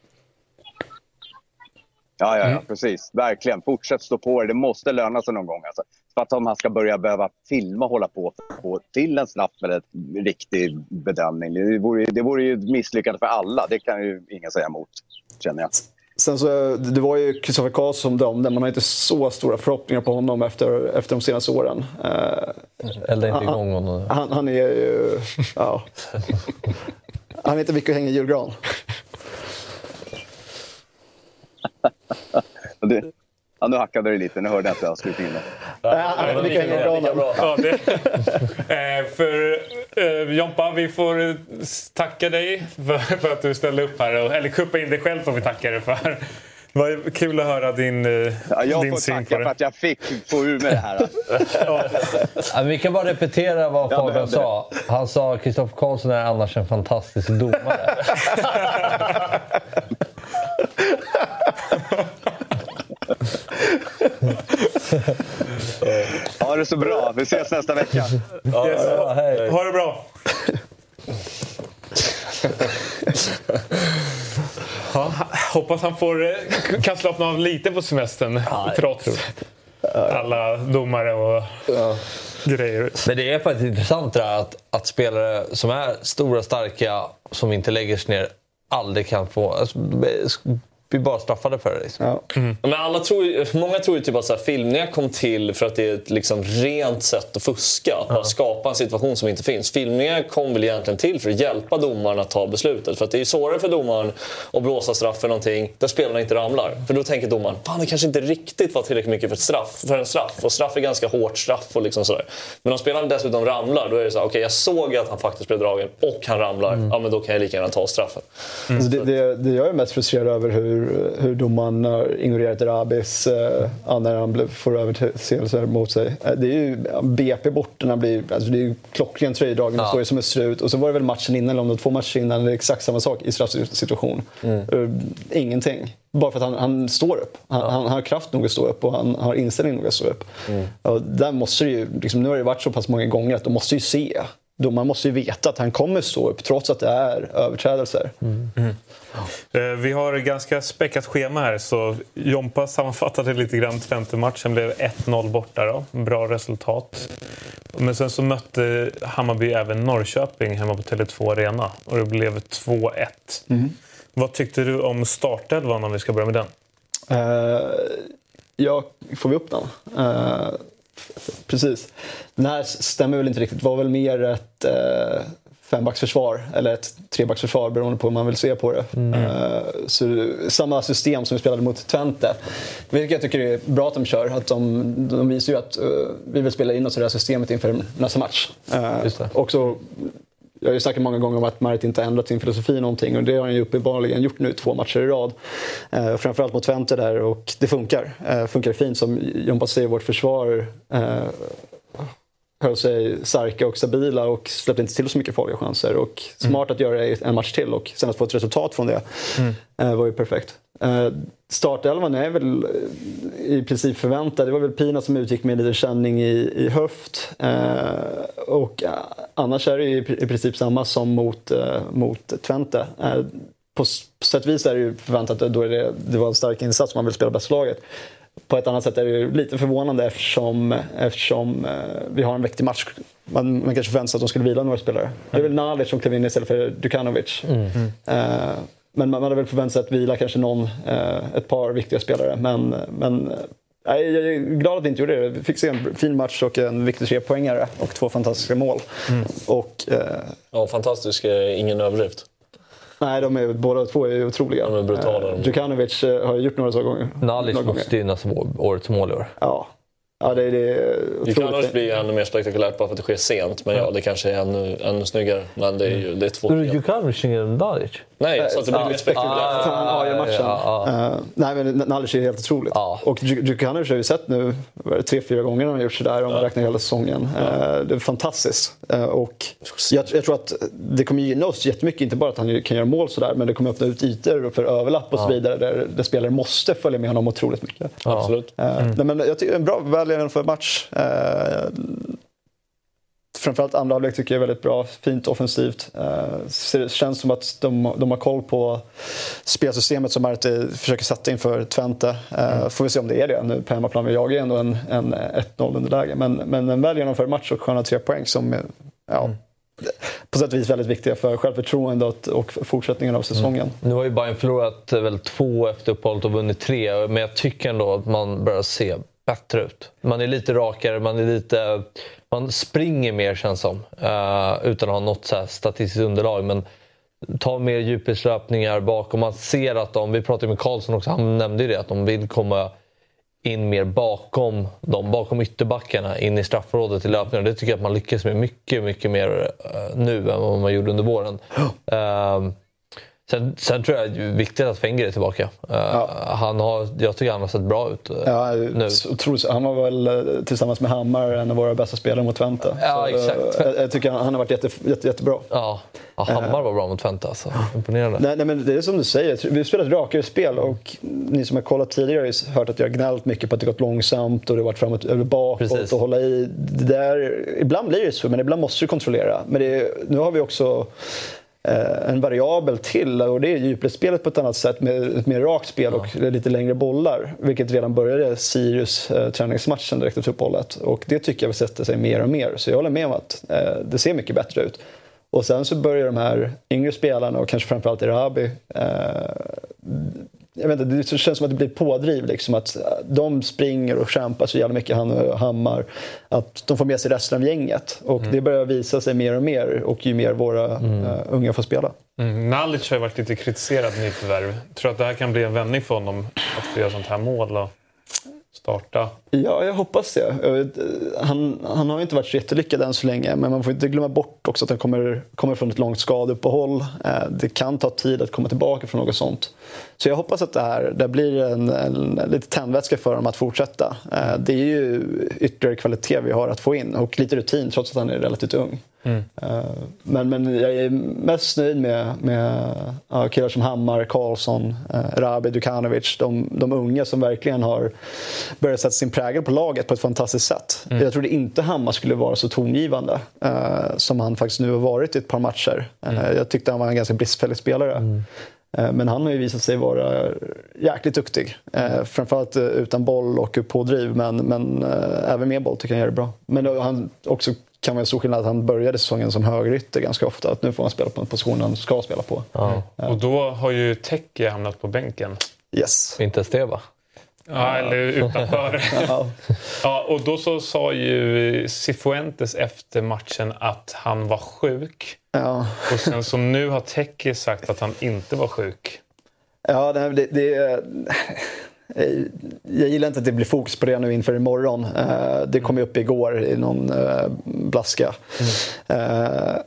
Ja, ja, ja, precis. Verkligen. Fortsätt stå på det. Det måste löna sig någon gång. Alltså. För att om han ska börja behöva filma och hålla på, på till en snabb eller en riktig bedömning. Det vore, det vore ju misslyckande för alla. Det kan ju ingen säga emot, känner jag. Sen så, det var ju Kristoffer Karlsson som dömde. Man har inte så stora förhoppningar på honom efter, efter de senaste åren. Eller inte igång honom. Han, han är ju... Ja. Han är inte mycket att hänga i julgran. det, ja, nu hackade det lite, nu hörde jag inte avslutningen. Ja, ja, det kan lika, lika bra. Ja, det. eh, för eh, Jompa, vi får tacka dig för, för att du ställde upp här. Eller kuppa in dig själv får vi tacka dig för. Det var kul att höra din, ja, jag din får tacka för att jag fick få ur med det här. Ja. Ja, vi kan bara repetera vad Fabian sa. Han sa Kristoffer Karlsson är annars en fantastisk domare. det så bra. Vi ses nästa vecka. Ja, yes. Ja, hej. Ha det bra. Ja, hoppas han får, kan slappna av lite på semestern, ja, trots alla domare och ja. grejer. Men det är faktiskt intressant det här att, att spelare som är stora, starka, som inte lägger sig ner, aldrig kan få... Alltså, vi bara straffade för det. Liksom. Ja. Mm. Men alla tror, många tror ju typ att så här, filmningar kom till för att det är ett liksom rent sätt att fuska. Att bara skapa en situation som inte finns. Filmningar kom väl egentligen till för att hjälpa domaren att ta beslutet. För att det är svårare för domaren att blåsa straff för någonting där spelarna inte ramlar. För då tänker domaren, fan det kanske inte riktigt var tillräckligt mycket för, ett straff, för en straff. Och straff är ganska hårt straff och liksom sådär. Men om spelaren dessutom ramlar, då är det så här, okej okay, jag såg att han faktiskt blev dragen och han ramlar. Mm. Ja men då kan jag lika gärna ta straffen. Mm. Alltså, det, det, det jag är mest frustrerad över hur hur domaren har ignorerat Rabis eh, när han får överträdelser mot sig. Det är ju B P borta, blir, alltså det är ju klockren tröjdragen, ja. står ju som ett strut. Och så var det väl matchen innan, eller om det var två matcher innan, det är exakt samma sak i straffsituation. Mm. Uh, ingenting. Bara för att han, han står upp. Han, ja. han, han har kraft nog att stå upp och han har inställning nog att stå upp. Mm. Och där måste det ju, liksom, nu har det varit så pass många gånger att de måste ju se. Då man måste ju veta att han kommer stå upp trots att det är överträdelser. Mm. Mm. Eh, vi har ett ganska späckat schema här, så Jompa sammanfattade lite grann. Twente-matchen blev ett noll borta då. Bra resultat. Men sen så mötte Hammarby även Norrköping hemma på Tele två Arena och det blev två ett. Mm. Vad tyckte du om startelvan om vi ska börja med den? Uh, ja, får vi upp den? Uh... Precis. Den här stämmer väl inte riktigt. Det var väl mer ett eh, fembacksförsvar eller ett trebacksförsvar beroende på hur man vill se på det. Mm. Eh, så samma system som vi spelade mot Twente. Vilket jag tycker är bra att de kör. Att de, de visar ju att uh, vi vill spela in oss i det här systemet inför nästa match. Eh, Just det. Också, jag har ju sagt många gånger om att Marit inte har ändrat sin filosofi någonting och det har han ju uppenbarligen gjort nu två matcher i rad. Eh, framförallt mot Twente där och det funkar. Eh, funkar fint som Jompa säger, vårt försvar eh, höll sig starka och stabila och släppte inte till så mycket farliga chanser. Och smart mm. att göra en match till och sen att få ett resultat från det mm. eh, var ju perfekt. Eh, startelvan är väl i princip förväntad. Det var väl Pina som utgick med lite känning i, i höft. Eh, och eh, annars är det ju i princip samma som mot, eh, mot Twente. Eh, på sätt och vis är det ju förväntat att då är det, det var en stark insats man vill spela bäst laget. På ett annat sätt är det ju lite förvånande eftersom, eftersom eh, vi har en viktig match. Man, man kanske förväntar sig att de skulle vila några spelare. Mm. Det är väl Nalic som klev in istället för Djukanovic. Mm. Eh, men man hade väl förväntat sig att vila kanske någon, eh, ett par viktiga spelare. Men, men eh, jag är glad att vi inte gjorde det. Vi fick se en fin match och en viktig trepoängare och två fantastiska mål. Mm. Och, eh, ja, fantastisk är ingen överdrift. Nej, de är, båda två är otroliga. De är brutala. Uh, Djukanovic uh, har gjort några så gånger. Nalic måste ju nästan årets mål i år. Ja. Ja, det, det är Djukanovic blir ju ännu mer spektakulärt bara för att det sker sent. Men ja, det kanske är ännu, ännu snyggare. Men det är ju det är två. Är det Djukanovic än Nalic? Nej, så att det blir uh, mer spektakulärt. Från A I-matchen. Uh, uh, uh, nej, men Nalic är helt otroligt. Uh. Och Djukanovic har vi sett nu tre, fyra gånger när han har gjort sådär om man uh. räknar hela säsongen. Uh, det är fantastiskt. Uh, och jag, jag tror att det kommer gynna oss jättemycket. Inte bara att han kan göra mål sådär, men det kommer öppna ut ytor för överlapp och uh. så vidare. Där, där spelare måste följa med honom otroligt mycket. Uh. Absolut. Uh, mm. nej, men jag tycker en bra väl för match. Uh, Framförallt andra halvlek tycker jag är väldigt bra, fint offensivt. Det uh, känns som att de, de har koll på spelsystemet som Marti försöker sätta inför Twente. Uh, mm. Får vi se om det är det nu på hemmaplan. Vi jagar ändå en, en ett noll underläge. Men, men en väl genomförd match och sköna tre poäng som ja, mm. på sätt och vis väldigt viktiga för självförtroendet och fortsättningen av säsongen. Mm. Nu har ju Bayern förlorat väl två efter uppehållet och vunnit tre. Men jag tycker ändå att man börjar se bättre ut. Man är lite rakare, man är lite... Man springer mer, känns som, uh, utan att ha något så här statistiskt underlag. Men ta mer djuphetslöpningar bakom. Man ser att de, vi pratade med Karlsson också, han nämnde ju det, att de vill komma in mer bakom dem, bakom ytterbackarna, in i straffområdet i löpningar. Det tycker jag att man lyckas med mycket, mycket mer uh, nu än vad man gjorde under våren. Uh, Sen, sen tror jag det är viktigt att Wenger är tillbaka. Uh, ja. han har, jag tycker han har sett bra ut uh, ja, nu. Tror, han var väl tillsammans med Hammar en av våra bästa spelare mot Twente. Ja, så, exakt. Uh, jag tycker han, han har varit jätte, jätte, jättebra. Ja. Ja, Hammar var bra mot Twente. Alltså. Imponerande. Nej, nej, men det är som du säger. Vi har spelat rakare spel och ni som har kollat tidigare har hört att jag har gnällt mycket på att det gått långsamt och det har varit framåt eller bakåt. Precis. Och hålla i. Det där, ibland blir det så, men ibland måste du kontrollera. Men det är, nu har vi också eh, en variabel till och det är djupledsspelet på ett annat sätt med ett mer rakt spel ja. och lite längre bollar. Vilket redan började Sirius eh, träningsmatchen direkt efter uppehållet. Och det tycker jag vill sätta sig mer och mer. Så jag håller med om att eh, det ser mycket bättre ut. Och sen så börjar de här yngre spelarna och kanske framförallt Erabi eh, jag vet inte, det känns som att det blir pådriv liksom, att de springer och kämpar så jävla mycket, han och Hammar, att de får med sig resten av gänget och mm. det börjar visa sig mer och mer och ju mer våra mm. uh, unga får spela. Mm. Nalic har ju varit lite kritiserad nyförvärv. Tror att det här kan bli en vändning för honom att få göra sånt här mål och starta? Ja, jag hoppas det. Han, han har ju inte varit så jättelyckad än så länge, men man får inte glömma bort också att han kommer, kommer från ett långt skadeuppehåll. Det kan ta tid att komma tillbaka från något sånt. Så jag hoppas att det här det blir en, en, en lite tändvätska för honom att fortsätta. Det är ju ytterligare kvalitet vi har att få in och lite rutin trots att han är relativt ung. Mm. Men, men jag är mest nöjd med, med ja, killar som Hammar, Karlsson, eh, Rabi, Dukanovic, de, de unga som verkligen har börjat sätta sin prägel på laget på ett fantastiskt sätt. Mm. Jag trodde inte Hammar skulle vara så tongivande eh, som han faktiskt nu har varit i ett par matcher. Mm. Eh, jag tyckte han var en ganska bristfällig spelare. Mm. Men han har ju visat sig vara jäkligt duktig. Eh, framförallt utan boll och pådriv, men, men eh, även med boll tycker jag han gör det bra. Men han också kan vara så skillnad att han började säsongen som högerytter ganska ofta. Att nu får han spela på en position han ska spela på. Ja. Ja. Och då har ju Teke hamnat på bänken. Yes. Inte Steva. Ja, eller utanför. ja. Ja, och då så sa ju Cifuentes efter matchen att han var sjuk. Ja. Och sen så nu har Teke sagt att han inte var sjuk. Ja, det, det, det jag gillar inte att det blir fokus på det nu inför imorgon. Det kom ju upp igår i någon blaska. Mm.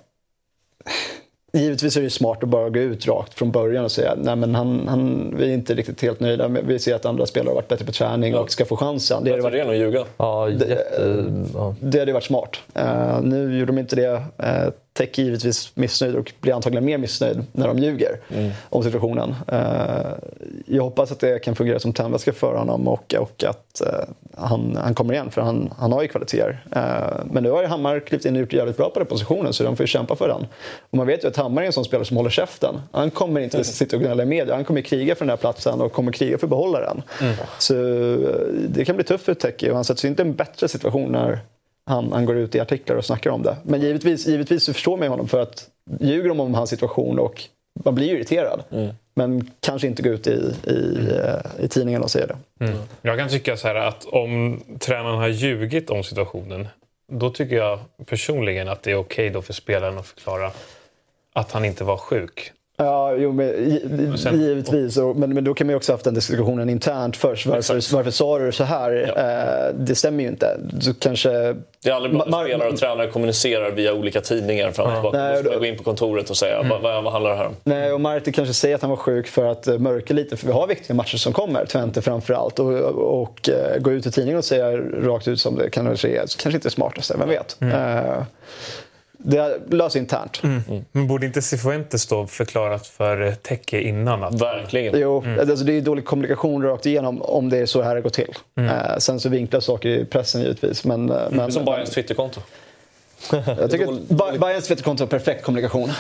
Givetvis är det smart att bara gå ut rakt från början och säga nej men han, han, vi är inte riktigt helt nöjda. Vi ser att andra spelare har varit bättre på träning ja. och ska få chansen. Det hade varit ren att ljuga. Ja, jätte, det, ja. det hade varit smart. Uh, nu gjorde de inte det. Uh, Tech är givetvis missnöjd och blir antagligen mer missnöjd när de ljuger mm. om situationen. Uh, jag hoppas att det kan fungera som tändvätska för honom och, och att uh, han, han kommer igen, för han, han har ju kvaliteter. Uh, men nu har ju Hammar klivit in och gjort jävligt bra på den positionen, så de får ju kämpa för den. Och man vet ju att Hammar är en sån spelare som håller käften. Han kommer inte mm. sitta och gnälla i media. Han kommer kriga för den här platsen och kommer kriga för att behålla den. Mm. Så uh, det kan bli tufft för Tech, och han sätter sig inte i en bättre situation när Han, han går ut i artiklar och snackar om det. Men givetvis, givetvis så förstår man honom, för att ljuger de om hans situation och man blir irriterad. Mm. Men kanske inte gå ut i, i, mm. i tidningen och säga det. Mm. Jag kan tycka så här att om tränaren har ljugit om situationen, då tycker jag personligen att det är okej då för spelaren att förklara att han inte var sjuk. Ja, jo, men, sen, givetvis. Och, men, men då kan man ju också haft den diskussionen internt först. Varför, varför sa du så här? Ja. Eh, det stämmer ju inte. Så kanske, det är aldrig bra att Mar- spelare och tränare kommunicerar via olika tidningar fram och tillbaka. Ja. Då ska man gå in på kontoret och säga mm. vad, vad handlar det här om? Nej, och Marti kanske säger att han var sjuk för att uh, mörka lite. För vi har viktiga matcher som kommer, Twente framförallt. Och, och, och uh, gå ut i tidningen och säga rakt ut som det kan säga, kanske inte är smartaste, vem vet. Mm. Uh, Det löser internt. Mm. Mm. Men borde inte Cifuentes då förklarat för Teke innan? Att... Verkligen. Jo, mm. alltså det är dålig kommunikation rakt igenom om det är så här det går till. Mm. Uh, sen så vinklar saker i pressen givetvis. Men, uh, mm. men, som Bayerns Twitterkonto. Jag tycker att Bayerns Twitterkonto har perfekt kommunikation.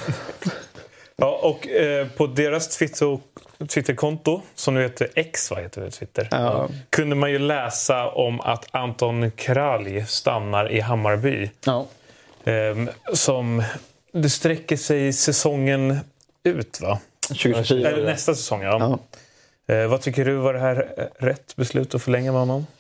Ja, och eh, på deras Twitter, Twitterkonto, som nu heter X, vad heter det, Twitter, ja. kunde man ju läsa om att Anton Kralj stannar i Hammarby. Ja. Um, som det sträcker sig säsongen ut, va? tjugo tjugo Eller nästa säsong, ja. ja. Uh, vad tycker du, var det här rätt beslut att förlänga med honom?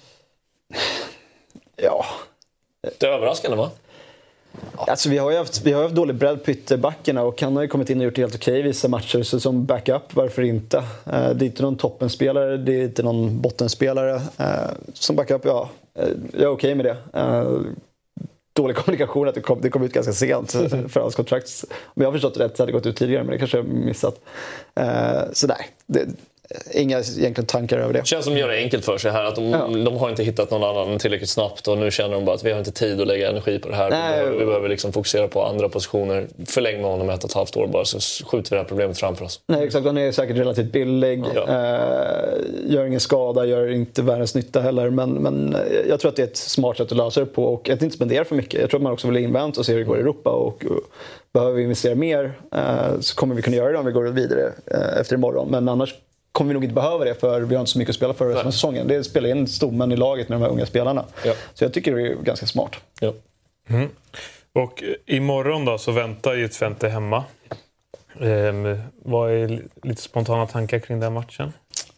Ja. Det är överraskande, va? Alltså, vi har ju haft, vi har haft dålig bredd på ytterbackarna och han har ju kommit in och gjort det helt okej i vissa matcher, så som backup, varför inte? Uh, det är inte någon toppenspelare, det är inte någon bottenspelare. Uh, som backup, ja, uh, jag är okej med det. Uh, dålig kommunikation att det kom, det kom ut ganska sent för hans kontrakt. Om jag har förstått rätt så hade det gått ut tidigare, men det kanske jag har missat. Uh, så nej, det, inga egentligen tankar över det. Det känns som att göra det enkelt för sig här. Att de, ja. de har inte hittat någon annan tillräckligt snabbt och nu känner de bara att vi har inte tid att lägga energi på det här. Nej. Vi behöver, vi behöver liksom fokusera på andra positioner. Förläng med honom ett och ett halvt år bara så skjuter vi det här problemet framför oss. Nej, exakt. Han är säkert relativt billig. Ja. Uh, gör ingen skada, gör inte världens nytta heller. Men, men jag tror att det är ett smart sätt att lösa det på och att inte spendera för mycket. Jag tror att man också vill invänta och se hur det går i Europa och, och behöver vi investera mer uh, så kommer vi kunna göra det om vi går vidare uh, efter imorgon. Men annars kommer vi nog inte behöva det för vi har inte så mycket att spela för resten av säsongen. Det spelar in stommen i laget med de här unga spelarna. Ja. Så jag tycker det är ganska smart. Ja. Mm. Och imorgon då så väntar ju Twente hemma. Ehm, vad är lite spontana tankar kring den matchen?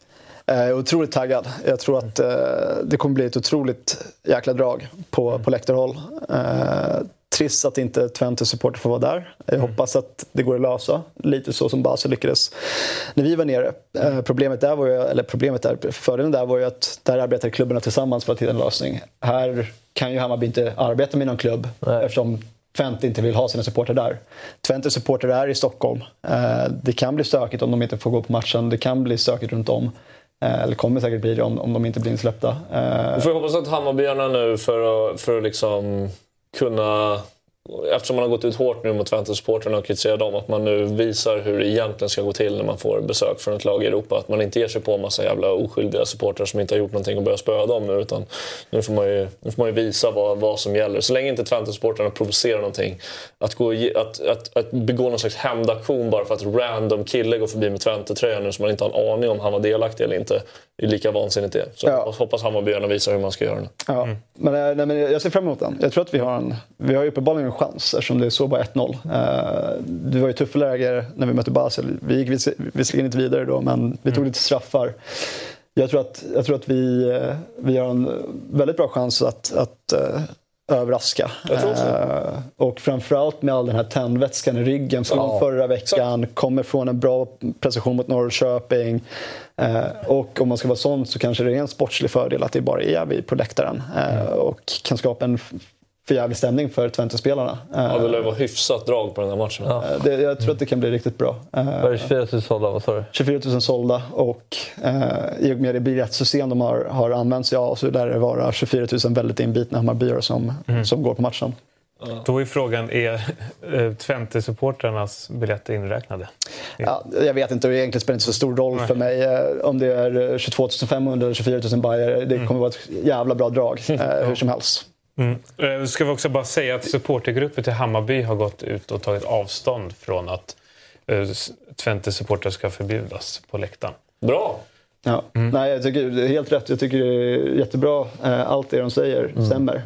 Eh, otroligt taggad. Jag tror att eh, det kommer bli ett otroligt jäkla drag på, på läktarhåll. Eh, Trist att inte Twente-supporter får vara där. Jag mm. hoppas att det går att lösa. Lite så som Basel lyckades när vi var nere. Eh, problemet där var ju, eller problemet där, fördelen där var ju att där arbetade klubbarna tillsammans för att hitta en lösning. Här kan ju Hammarby inte arbeta med någon klubb. Nej. Eftersom Twente inte vill ha sina supporter där. Twente-supporter är i Stockholm. Eh, det kan bli stökigt om de inte får gå på matchen. Det kan bli stökigt runt om. Eh, eller kommer säkert bli det om, om de inte blir insläppta. Eh, Vi får hoppas att Hammarbyarna nu för att, för att liksom kunna, eftersom man har gått ut hårt nu mot Twente-supporterna och kritiserat dem, att man nu visar hur det egentligen ska gå till när man får besök från ett lag i Europa. Att man inte ger sig på en massa jävla oskyldiga supportrar som inte har gjort någonting och börjar spöa dem nu, utan nu får man ju, nu får man ju visa vad, vad som gäller. Så länge inte Twente-supporterna provocerar någonting, att, gå, att, att, att begå någon slags hämndaktion bara för att random kille går förbi med Twente-tröjan nu som man inte har en aning om han var delaktig eller inte, är lika vansinnigt det. Så ja. hoppas Hammarbyarna visar hur man ska göra det. Ja, mm. men, nej, men jag ser fram emot den. Jag tror att vi har en, vi har ju uppenbarligen en chans eftersom det är så bara ett noll. Uh, det var ju tuffa läger när vi mötte Basel. Vi gick vis, visserligen inte vidare då, men vi tog mm. lite straffar. Jag tror att, jag tror att vi, vi har en väldigt bra chans att, att uh, överraska. Uh, och framförallt med all den här tändvätskan i ryggen från ja, förra veckan. Exakt. Kommer från en bra prestation mot Norrköping. Uh, och om man ska vara sån så kanske det är en sportslig fördel att det bara är vi på läktaren. Uh, mm. Och kan skapa en för jävlig stämning för Twente-spelarna. Ja, det lär vara hyfsat drag på den här matchen. Ja. Det, jag tror att det kan bli riktigt bra. Vad är det, tjugofyra tusen sålda? Vad sa du? tjugofyra tusen sålda och eh, i och med det biljettsystem de har, har använt sig av så lär det vara tjugofyra tusen väldigt inbitna Hammarbyare som, mm. som går på matchen. Ja. Då är frågan, är eh, Twente-supporternas biljetter inräknade? Ja, jag vet inte, det egentligen spelar inte så stor roll Nej. för mig. Eh, om det är tjugotvå tusen femhundra eller tjugofyra tusen bajare, det mm. kommer vara ett jävla bra drag, eh, hur som helst. Mm. Ska vi också bara säga att supportergrupper till Hammarby har gått ut och tagit avstånd från att uh, Twente-supporter ska förbjudas på läktaren. Bra! Ja. Mm. Nej, jag tycker det är helt rätt. Jag tycker det är jättebra. Allt det de säger mm. stämmer.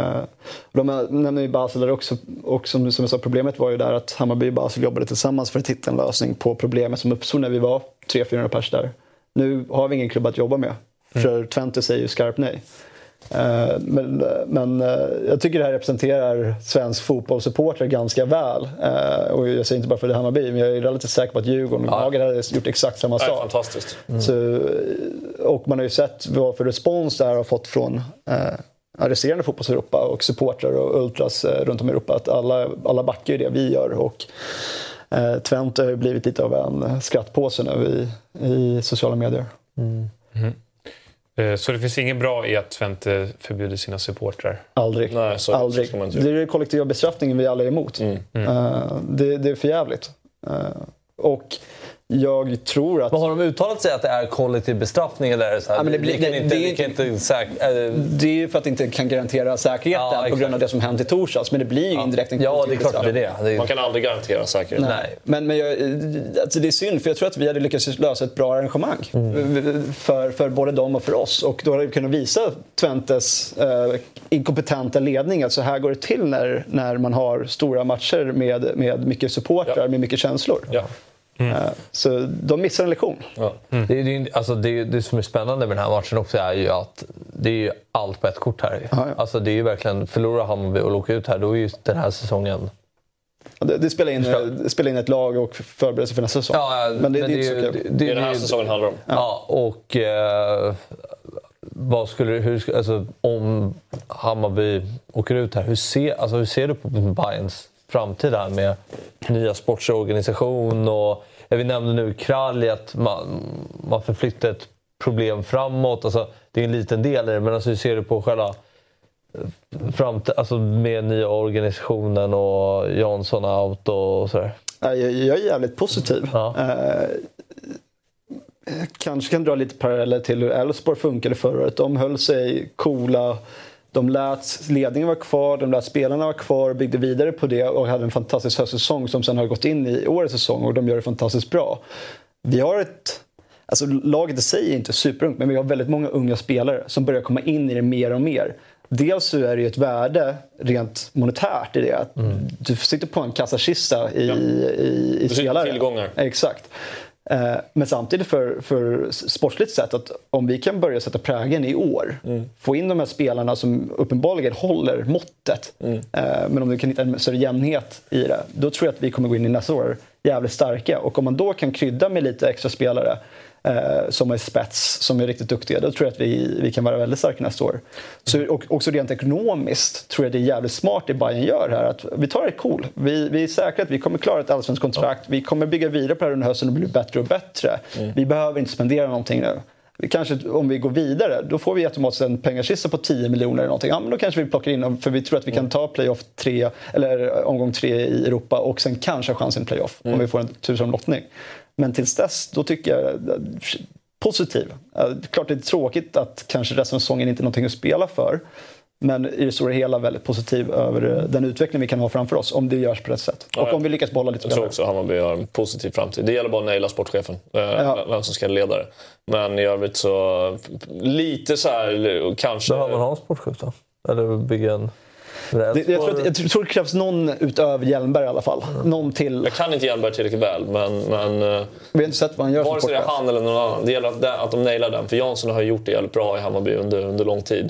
De nämner ju Basel där också. Och som, som jag sa, problemet var ju där att Hammarby och Basel jobbade tillsammans för att hitta en lösning på problemet som uppstod när vi var tre till fyrahundra pers där. Nu har vi ingen klubb att jobba med. Mm. För Twente säger ju skarpt nej. Uh, men, men uh, jag tycker det här representerar svensk fotbollssupporter ganska väl. Uh, och jag säger inte bara för det Hammarby, men jag är relativt säker på att Djurgården och ja. Hagen hade gjort exakt samma sak. Fantastiskt. Mm. Så, och man har ju sett vad för respons det här har fått från uh, resterande fotbolls-Europa och supportrar och ultras uh, runt om i Europa. Att alla, alla backar ju det vi gör. Och uh, Twente har ju blivit lite av en skrattpåse nu i, i sociala medier. Mm. Mm. Så det finns inget bra i att Twente förbjuder sina supportrar? Aldrig. Nej, så, Aldrig. Så det är den kollektiva bestraffningen vi alla är emot. Mm. Mm. Uh, det, det är för jävligt. Uh, och jag tror att... Men har de uttalat sig att det är kollektiv bestraffning eller är det så här? Ja, men det, blir, det, det, inte, det, det, kan inte säk- äh... det är ju för att det inte kan garantera säkerheten ja, på grund av det som hänt i torsdags. Men det blir ju ja. indirekt en ja, det är klart det är det. det är... Man kan aldrig garantera säkerheten. Nej. Nej. Men, men jag, alltså det är synd, för jag tror att vi hade lyckats lösa ett bra arrangemang. Mm. För, för både dem och för oss. Och då hade vi kunnat visa Twentes eh, inkompetenta ledning. Att så här går det till när, när man har stora matcher med, med mycket supportrar, ja. med mycket känslor. Ja. Mm. Så de missar en lektion. Ja. Mm. Det, det, alltså det, det som är spännande med den här matchen också är ju att det är ju allt på ett kort här. Ja, ja. Alltså det är ju verkligen, förlorar Hammarby och åker ut här, då är ju den här säsongen... Det, det, spelar in, det spelar in ett lag och förbereder sig för nästa säsong. Ja, men det, men det, det, är det, det, det är den här säsongen handlar om. Ja, ja och... Eh, vad skulle, hur, alltså, om Hammarby åker ut här, hur ser, alltså, hur ser du på Bayerns framtid här med nya sportorganisation? Och jag vill nämna nu Kralj, att man, man förflyttar ett problem framåt. Alltså, det är en liten del i det, men alltså, hur ser du på själva framtid, alltså, med nya organisationen och Jansson out och sådär? Jag, jag är jävligt positiv. Ja. Eh, kanske kan dra lite paralleller till hur Elfsborg funkade förra året. De höll sig coola. De lät ledningen vara kvar, de lät spelarna vara kvar, byggde vidare på det och hade en fantastisk höstsäsong som sen har gått in i årets säsong och de gör det fantastiskt bra. Vi har ett, alltså laget i sig är inte superungt, men vi har väldigt många unga spelare som börjar komma in i det mer och mer. Dels så är det ju ett värde rent monetärt i det. Att mm. du sitter på en kassakista i, ja. i, i spelare. Tillgångar. Exakt. Men samtidigt för, för sportsligt sett att om vi kan börja sätta prägen i år, mm. få in de här spelarna som uppenbarligen håller måttet, mm. men om du kan hitta en större jämnhet i det, då tror jag att vi kommer gå in i nästa år jävligt starka. Och om man då kan krydda med lite extra spelare eh, som är spets, som är riktigt duktiga, då tror jag att vi, vi kan vara väldigt starka nästa år. Så, och också rent ekonomiskt tror jag det är jävligt smart det Bayern gör här. Att vi tar det cool. Vi, vi är säkra att vi kommer klara ett allsvenskt kontrakt. Ja. Vi kommer bygga vidare på det här under hösten och bli bättre och bättre. Mm. Vi behöver inte spendera någonting nu. Vi kanske, om vi går vidare, då får vi automatiskt en pengakista på tio miljoner eller någonting. Ja, men då kanske vi plockar in, för vi tror att vi kan ta playoff tre, eller omgång tre i Europa och sen kanske ha chansen i playoff mm. om vi får en tur som lottning. Men tills dess, då tycker jag positiv. Klart det är tråkigt att kanske resten av säsongen inte är någonting att spela för. Men i det stora hela väldigt positiv över den utveckling vi kan ha framför oss om det görs på rätt sätt. Och ja, om vi lyckas behålla lite spelare. Jag tror också att Hammarby har en positiv framtid. Det gäller bara att naila sportchefen. Ja. Vem som ska leda det. Men i övrigt så lite så här kanske... Behöver man ha en sportchef då? Eller bygga en... Det, jag, tror att, jag tror det krävs någon utöver Hjelmberg i alla fall. Mm. Någon till. Jag kan inte Hjelmberg tillräckligt väl, men... men vi har inte sett vad han gör. Vare sig det är han eller någon annan. Det gäller att, att de nailar den. För Jansson har gjort det jävligt bra i Hammarby under, under lång tid.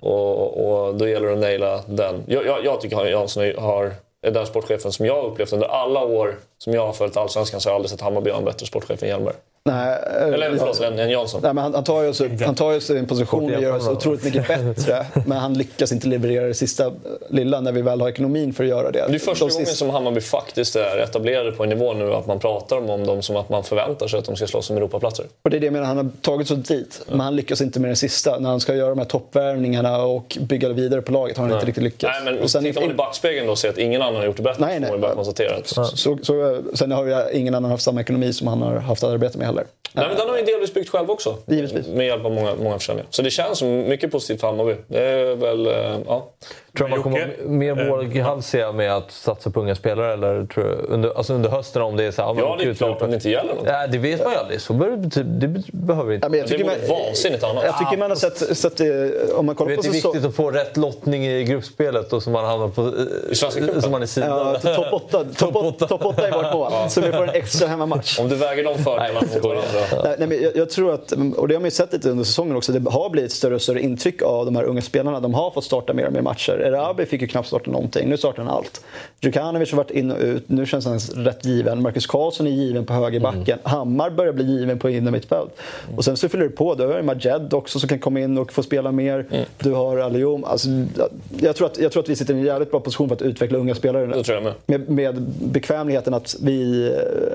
Och, och då gäller det att naila den. Jag, jag, jag tycker att Jansson har, är den sportchefen som jag har upplevt under alla år som jag har följt Allsvenskan, så har jag aldrig sett Hammarby ha en bättre sportchef än Hjelmberg. Nej, Eller förlåt, än, än Jansson. Nej, men han, han tar ju så, han tar ju sig en position och gör så otroligt mycket bättre. Men han lyckas inte leverera det sista lilla när vi väl har ekonomin för att göra det. Det är första gången som Hammarby faktiskt är etablerade på en nivå nu att man pratar om dem som att man förväntar sig att de ska slåss om Europaplatser. Och det är det jag menar, han har tagit så dit. Men han lyckas inte med den sista. När han ska göra de här toppvärvningarna och bygga vidare på laget har han nej. inte riktigt lyckats. Nej, men och sen tittar man i backspegeln då och ser att ingen annan har gjort det bättre. Nej, nej. Så, bara konstatera att... så, så, så, sen har ju ingen annan haft samma ekonomi som han har haft att arbeta med heller. Nej, men den har ju delvis byggt själv också. Givetvis. Med hjälp av många, många försäljningar. Så det känns som mycket positivt för Hammarby. Det är väl, ja. Tror man kommer mer våghalsiga med att satsa på unga spelare? Eller tror jag, under, alltså under hösten om det är så här... Ja, det är klart att det inte gäller något. Ja, det vet man ju aldrig. Så det, det behöver inte... Ja, men jag det är vansinnigt annat. Jag tycker man har sett... Så att det, om man kollar vet, på det är viktigt så... att få rätt lottning i gruppspelet och så man hamnar på... I som man är sidan. Ja, topp åtta. Topp åtta. Top åtta i vårt mål. Ja. Så vi får en extra hemmamatch. Om du väger de fördelarna mot varandra. Nej, men jag, jag tror att, och det har man ju sett lite under säsongen också, det har blivit större och större intryck av de här unga spelarna. De har fått starta mer och mer matcher. Erabi fick ju knappt starta någonting. Nu startar han allt. Djukanovic har varit in och ut. Nu känns han rätt given. Marcus Karlsson är given på högerbacken. Mm. Hammar börjar bli given på inne mittfält. Mm. Och sen så fyller du på. Du har Majed också som kan komma in och få spela mer. Mm. Du har Aliom. Alltså, jag, tror att, jag tror att vi sitter i en jävligt bra position för att utveckla unga spelare nu. Det tror jag med. Med, med bekvämligheten att vi...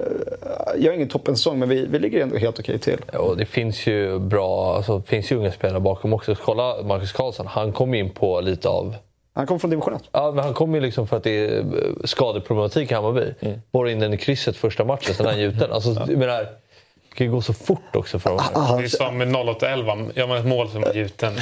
Jag har ingen toppensäsong, men vi, vi ligger ändå helt okej till. Ja, det finns ju bra... Alltså, det finns ju unga spelare bakom också. Kolla Marcus Karlsson. Han kom in på lite av... Han kom från division ett. Ja, men han kom ju liksom för att det är skadeproblematik i Hammarby. Mm. Bara in den i krysset första matchen, sen är han gjuten. Alltså, ja. Men det här kan ju gå så fort också för honom. Ah, det är som med noll åtta elva. Jag har ett mål som är gjuten.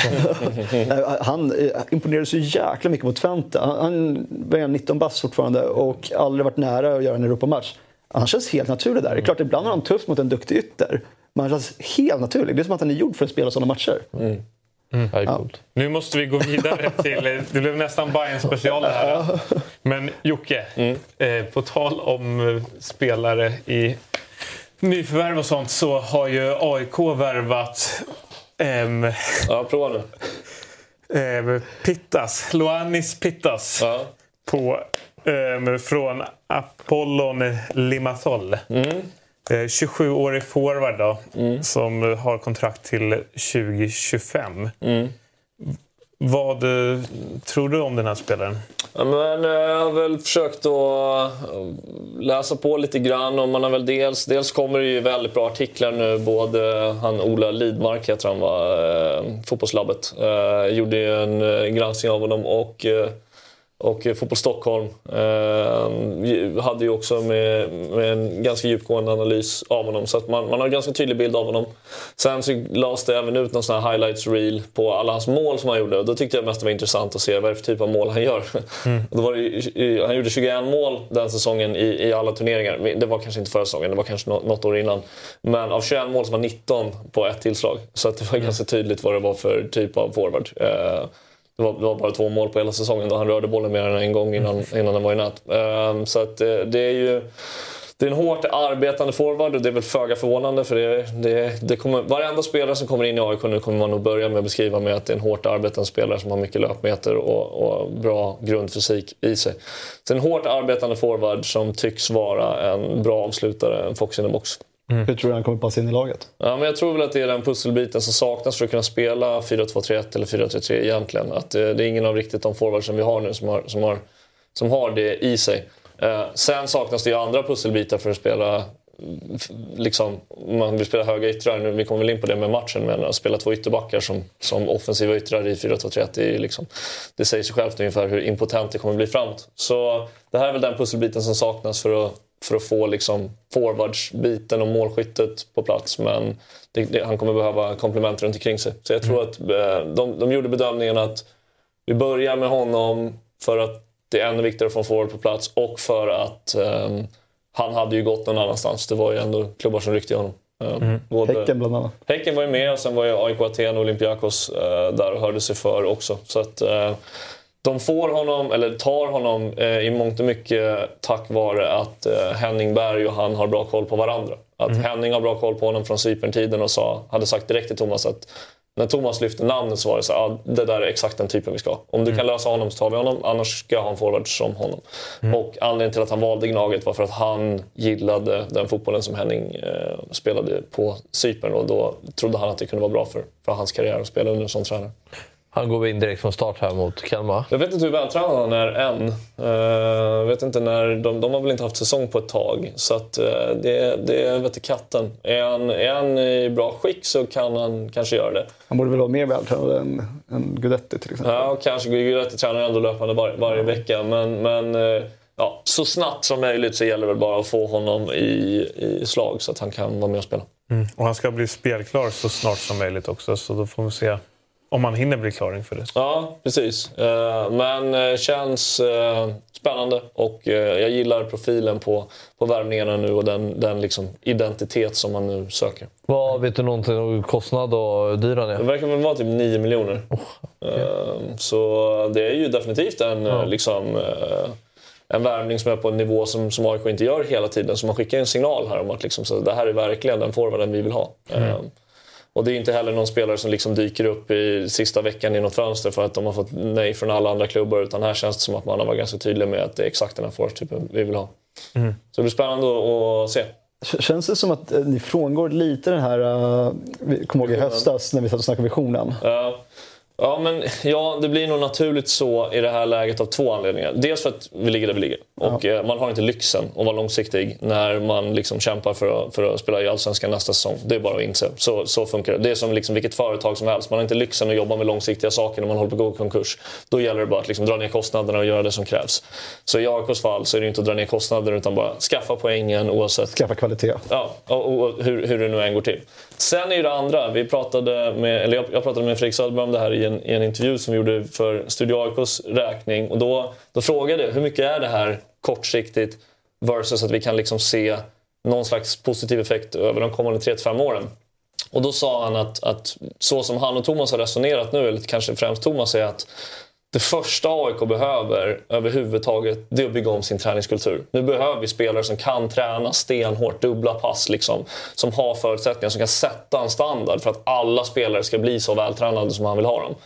Han imponerade så jäkla mycket mot Twente. Han, han var nitton bast fortfarande och aldrig varit nära att göra en Europamatch. Han känns helt naturlig där. Det är klart, ibland har han tufft mot en duktig ytter. Men han känns helt naturlig. Det är som att han är gjord för att spela sådana matcher. Mm. Mm. Ja. Nu måste vi gå vidare till... Det blev nästan Bayern special här. Men Jocke, mm. eh, på tal om spelare i nyförvärv och sånt, så har ju A I K värvat... Ehm, ja, prova nu. Eh, Pittas, Ioannis Pittas. Ja. På, eh, från Apollon Limassol. Mm. tjugosju-årig forward då, mm. som har kontrakt till tjugo tjugofem. Mm. Vad tror du om den här spelaren? Ja, men jag har väl försökt att läsa på lite grann. Och man har väl dels, dels kommer det ju väldigt bra artiklar nu. Både han Ola Lidmark heter han var, eh, Fotbollslabbet. Eh, gjorde ju en eh, granskning av honom och... Eh, Och Fotboll Stockholm eh, hade ju också med, med en ganska djupgående analys av honom. Så att man, man har en ganska tydlig bild av honom. Sen så lades det även ut någon sån här highlights reel på alla hans mål som han gjorde. Och då tyckte jag mest det var intressant att se vad det är för typ av mål han gör. Mm. Då var det, han gjorde tjugoett mål den säsongen i, i alla turneringar. Det var kanske inte förra säsongen, det var kanske något år innan. Men av tjugoett mål så var nitton på ett tillslag. Så att det var mm. ganska tydligt vad det var för typ av forward. Eh, Det var, det var bara två mål på hela säsongen då han rörde bollen mer än en gång innan, innan den var i nät. Um, så att det, det är ju det är en hårt arbetande forward och det är väl föga förvånande för det, det, det kommer, varenda spelare som kommer in i A I K nu kommer man nog börja med att beskriva med att det är en hårt arbetande spelare som har mycket löpmeter och, och bra grundfysik i sig. Så en hårt arbetande forward som tycks vara en bra avslutare, en fox in the box. Mm. Hur tror du han kommer passa in i laget? Ja, men jag tror väl att det är den pusselbiten som saknas för att kunna spela fyra två tre ett eller fyra tre tre egentligen. Att det, det är ingen av riktigt de forwards som vi har nu som har, som har, som har det i sig. Eh, sen saknas det ju andra pusselbitar för att spela, liksom, man vill spela höga yttrar. Nu, vi kommer väl in på det med matchen, men att spela två ytterbackar som, som offensiva yttrar i fyra två tre ett, det, är liksom, det säger sig självt ungefär hur impotent det kommer bli framåt. Så det här är väl den pusselbiten som saknas för att för att få liksom forwardsbiten och målskyttet på plats, men det, det, han kommer behöva komplement runt omkring sig. Så jag tror att eh, de, de gjorde bedömningen att vi börjar med honom för att det är ännu viktigare att få en forward på plats och för att eh, han hade ju gått någon annanstans. Det var ju ändå klubbar som ryckte i honom. Eh, mm. både, Häcken bland annat. Häcken var ju med och sen var ju A I K Aten och Olympiakos eh, där och hörde sig för också. Så att eh, de får honom, eller tar honom eh, i mångt och mycket tack vare att eh, Henning Berg och han har bra koll på varandra. Att mm. Henning har bra koll på honom från Cypern-tiden och sa, hade sagt direkt till Thomas att när Thomas lyfte namnet så var det så att ah, det där är exakt den typen vi ska. Om du mm. kan lösa honom så tar vi honom, annars ska jag ha en forward som honom. Mm. Och anledningen till att han valde Gnaget var för att han gillade den fotbollen som Henning eh, spelade på Cypern och då trodde han att det kunde vara bra för, för hans karriär att spela under en sån tränare. Han går in direkt från start här mot Kalmar. Jag vet inte hur vältränad han är än. Jag uh, vet inte när, de, de har väl inte haft säsong på ett tag. Så att, uh, det, det vet katten. Är han, är han i bra skick så kan han kanske göra det. Han borde väl vara mer vältränad än, än Guidetti till exempel. Ja, kanske. Guidetti tränar ändå löpande var, varje mm. vecka. Men, men uh, ja, så snabbt som möjligt så gäller det väl bara att få honom i, i slag så att han kan vara med och spela. Mm. Och han ska bli spelklar så snart som möjligt också. Så då får vi se om man hinner bli klar inför det. Ja, precis. Men känns spännande och jag gillar profilen på, på värvningarna nu och den, den liksom identitet som man nu söker. Vad vet du någonting om kostnad och dyr han är? Det verkar väl vara typ nio miljoner. Oh, okay. Så det är ju definitivt en, ja. liksom, en värvning som är på en nivå som, som A I K inte gör hela tiden. Så man skickar en signal här om att liksom, så det här är verkligen den forwarden vi vill ha. Mm. Och det är inte heller någon spelare som liksom dyker upp i sista veckan i något fönster för att de har fått nej från alla andra klubbar. Utan här känns det som att man har varit ganska tydlig med att det är exakt den här forwardtypen vi vill ha. Mm. Så det blir spännande att se. Känns det som att ni frångår lite den här, uh, vi kommer ihåg i höstas när vi satt och snackade visionen? Ja. Ja, men ja, det blir nog naturligt så i det här läget av två anledningar. Dels för att vi ligger där vi ligger. Och ja. eh, man har inte lyxen att vara långsiktig när man liksom kämpar för att, för att spela i Allsvenskan nästa säsong. Det är bara att inse. Så, så funkar det. Det är som liksom vilket företag som helst. Man har inte lyxen att jobba med långsiktiga saker när man håller på att gå i konkurs. Då gäller det bara att liksom dra ner kostnaderna och göra det som krävs. Så i A I K:s fall så är det inte att dra ner kostnader utan bara skaffa poängen oavsett. Skaffa kvalitet. Ja, och, och hur, hur det nu än går till. Sen är ju det andra. Vi pratade med, eller jag, jag pratade med Fredrik Söderberg om det här i en, i en intervju som vi gjorde för Studio A I K:s räkning. Och då, då frågade jag hur mycket är det här kortsiktigt versus att vi kan liksom se någon slags positiv effekt över de kommande tre till fem åren. Och då sa han att, att så som han och Thomas har resonerat nu, eller kanske främst Thomas, är att det första A I K behöver överhuvudtaget det är att bygga om sin träningskultur. Nu behöver vi spelare som kan träna stenhårt, dubbla pass liksom, som har förutsättningar, som kan sätta en standard för att alla spelare ska bli så vältränade som han vill ha dem.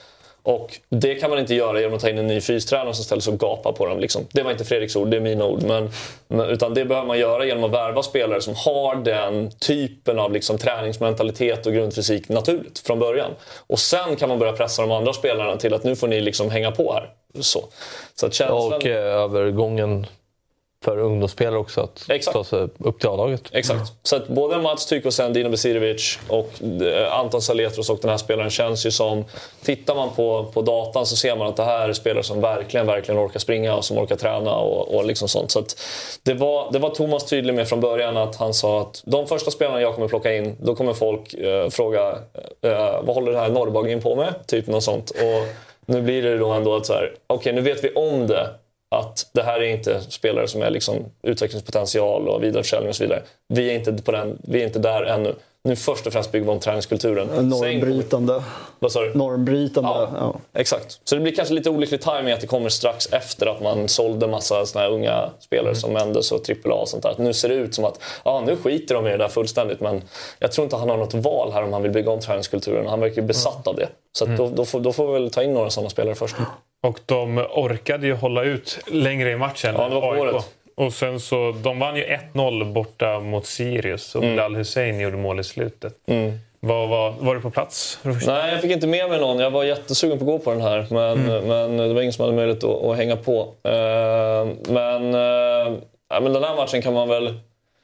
Och det kan man inte göra genom att ta in en ny fystränare som ställer sig och gapar på dem. Liksom. Det var inte Fredriks ord, det är mina ord. Men, men, utan det behöver man göra genom att värva spelare som har den typen av liksom, träningsmentalitet och grundfysik naturligt från början. Och sen kan man börja pressa de andra spelarna till att nu får ni liksom hänga på här. Så, så att känslan... Och eh, övergången för ungdomsspelare också att Exakt. ta sig upp till A-laget. Exakt. Mm. Så att både Mats Tykosen, Dino Besirovic och Anton Saletros och den här spelaren känns ju som... Tittar man på, på datan så ser man att det här är spelare som verkligen, verkligen orkar springa och som orkar träna och, och liksom sånt. Så att det var, det var Thomas tydlig med från början att han sa att de första spelarna jag kommer plocka in, då kommer folk eh, fråga eh, vad håller det här Norrbagen på med? Typ något sånt. Och nu blir det då ändå att så här, okej okay, nu vet vi om det. Att det här är inte spelare som är liksom utvecklingspotential och vidareförsäljning och så vidare. Vi är inte på den, vi är inte där ännu. Nu först och främst bygger vi om träningskulturen. Normbrytande. Vad sa du? Normbrytande, ja, ja. Exakt. Så det blir kanske lite olycklig timing att det kommer strax efter att man sålde massa såna här unga spelare mm. som Mendes och Triple A och sånt där. Att nu ser det ut som att ja, nu skiter de i det där fullständigt. Men jag tror inte han har något val här om han vill bygga om träningskulturen. Han verkar ju besatt av det. Så att då, då, får, då får vi väl ta in några sådana spelare först. Och de orkade ju hålla ut längre i matchen. Ja, det var på året. Och sen så, de vann ju ett noll borta mot Sirius och mm. Bilal Hussein gjorde mål i slutet. Mm. Var, var, var du på plats? Nej, jag fick inte med mig någon. Jag var jättesugen på att gå på den här. Men, mm. men det var ingen som hade möjlighet att, att hänga på. Uh, men, uh, ja, men den här matchen kan man väl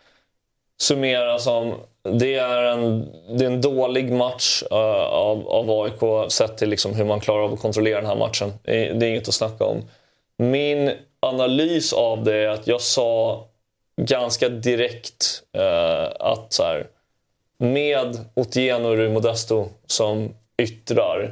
summera som... Det är en, det är en dålig match uh, av, av A I K sett till liksom hur man klarar av att kontrollera den här matchen. Det är, det är inget att snacka om. Min analys av det är att jag sa ganska direkt uh, att så här, med Otieno och Rui Modesto som yttrar,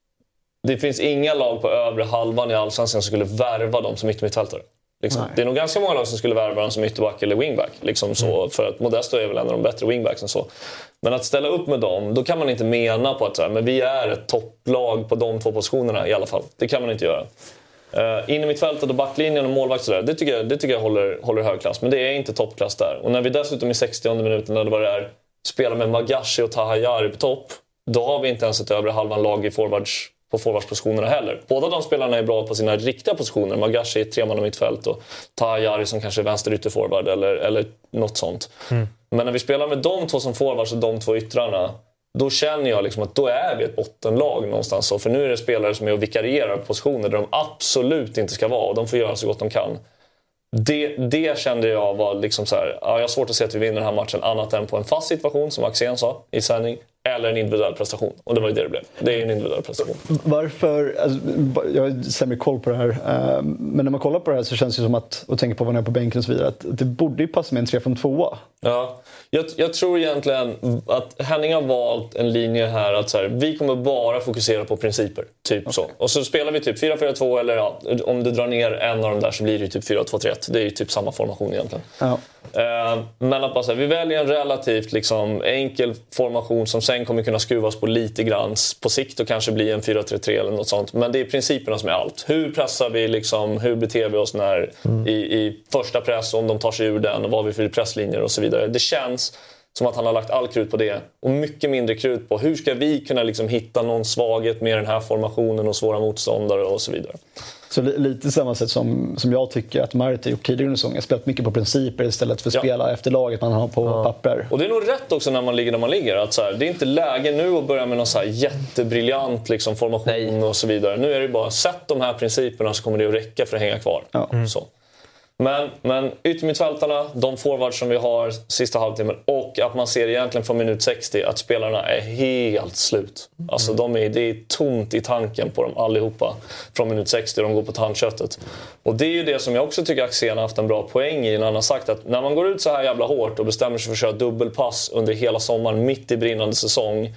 det finns inga lag på övre halvan i Allsvenskan som skulle värva dem som yttermittfältare. Liksom. Det är nog ganska många lag som skulle värva dem som ytterback eller wingback. Liksom så, mm. För att Modesto är väl en av de bättre wingbacksen. Så. Men att ställa upp med dem, då kan man inte mena på att så här, men vi är ett topplag på de två positionerna i alla fall. Det kan man inte göra. Uh, in i mittfältet och backlinjen och målvakt så där, det tycker jag, det tycker jag håller, håller hög klass. Men det är inte toppklass där. Och när vi dessutom i sextionde minuten när det var där spelar med Magashi och Tahayari på topp, då har vi inte ens ett övre halvan lag i forwards, på forwardspositionerna heller. Båda de spelarna är bra på sina riktiga positioner. Magashi är treman i mittfält och Tahayari som kanske är vänsterytterforward eller, eller något sånt. Mm. Men när vi spelar med de två som forwards och de två yttrarna, då känner jag liksom att då är vi ett bottenlag någonstans. Så, för nu är det spelare som är och vikarierar på positioner där de absolut inte ska vara och de får göra så gott de kan. Det, det kände jag var liksom så här, ja, jag har svårt att se att vi vinner den här matchen annat än på en fast situation som Axén sa i sändning eller en individuell prestation. Och det var ju det det blev. Det är en individuell prestation. Varför, alltså, jag har sämre koll på det här, men när man kollar på det här så känns det som att, och tänker på vad man är på bänken och så vidare, att det borde ju passa med en tre fem två. Ja, jag, jag tror egentligen att Henning har valt en linje här att så här, vi kommer bara fokusera på principer, typ okay. så. Och så spelar vi typ fyra fyra två eller ja, om du drar ner en av dem där så blir det ju typ fyra två tre ett. Det är ju typ samma formation egentligen. Ja. Uh, men att bara så här, vi väljer en relativt liksom, enkel formation som sen kommer kunna skruvas på lite grann på sikt och kanske bli en fyra tre tre eller något sånt. Men det är principerna som är allt. Hur pressar vi, liksom, hur beter vi oss när, mm. i, i första press, om de tar sig ur den och vad vi för presslinjer och så vidare. Det känns som att han har lagt all krut på det och mycket mindre krut på hur ska vi kunna liksom, hitta någon svaghet med den här formationen och svåra motståndare och så vidare. Så lite samma sätt som, som jag tycker att Marti och tidigare under säsongen har spelat mycket på principer istället för att ja. spela efter laget man har på ja. papper. Och det är nog rätt också när man ligger där man ligger. Att så här, det är inte läge nu att börja med någon så här jättebriljant liksom, formation Nej. och så vidare. Nu är det bara, sätt de här principerna så kommer det att räcka för att hänga kvar. Ja. Mm. Så. Men, men yttermittfältarna, de forwards som vi har sista halvtimmen och att man ser egentligen från minut sextio att spelarna är helt slut. Alltså de är, det är tomt i tanken på dem allihopa från minut sextio, de går på tandköttet. Och det är ju det som jag också tycker Axén har haft en bra poäng i när han har sagt att när man går ut så här jävla hårt och bestämmer sig för att köra dubbelpass under hela sommaren mitt i brinnande säsong,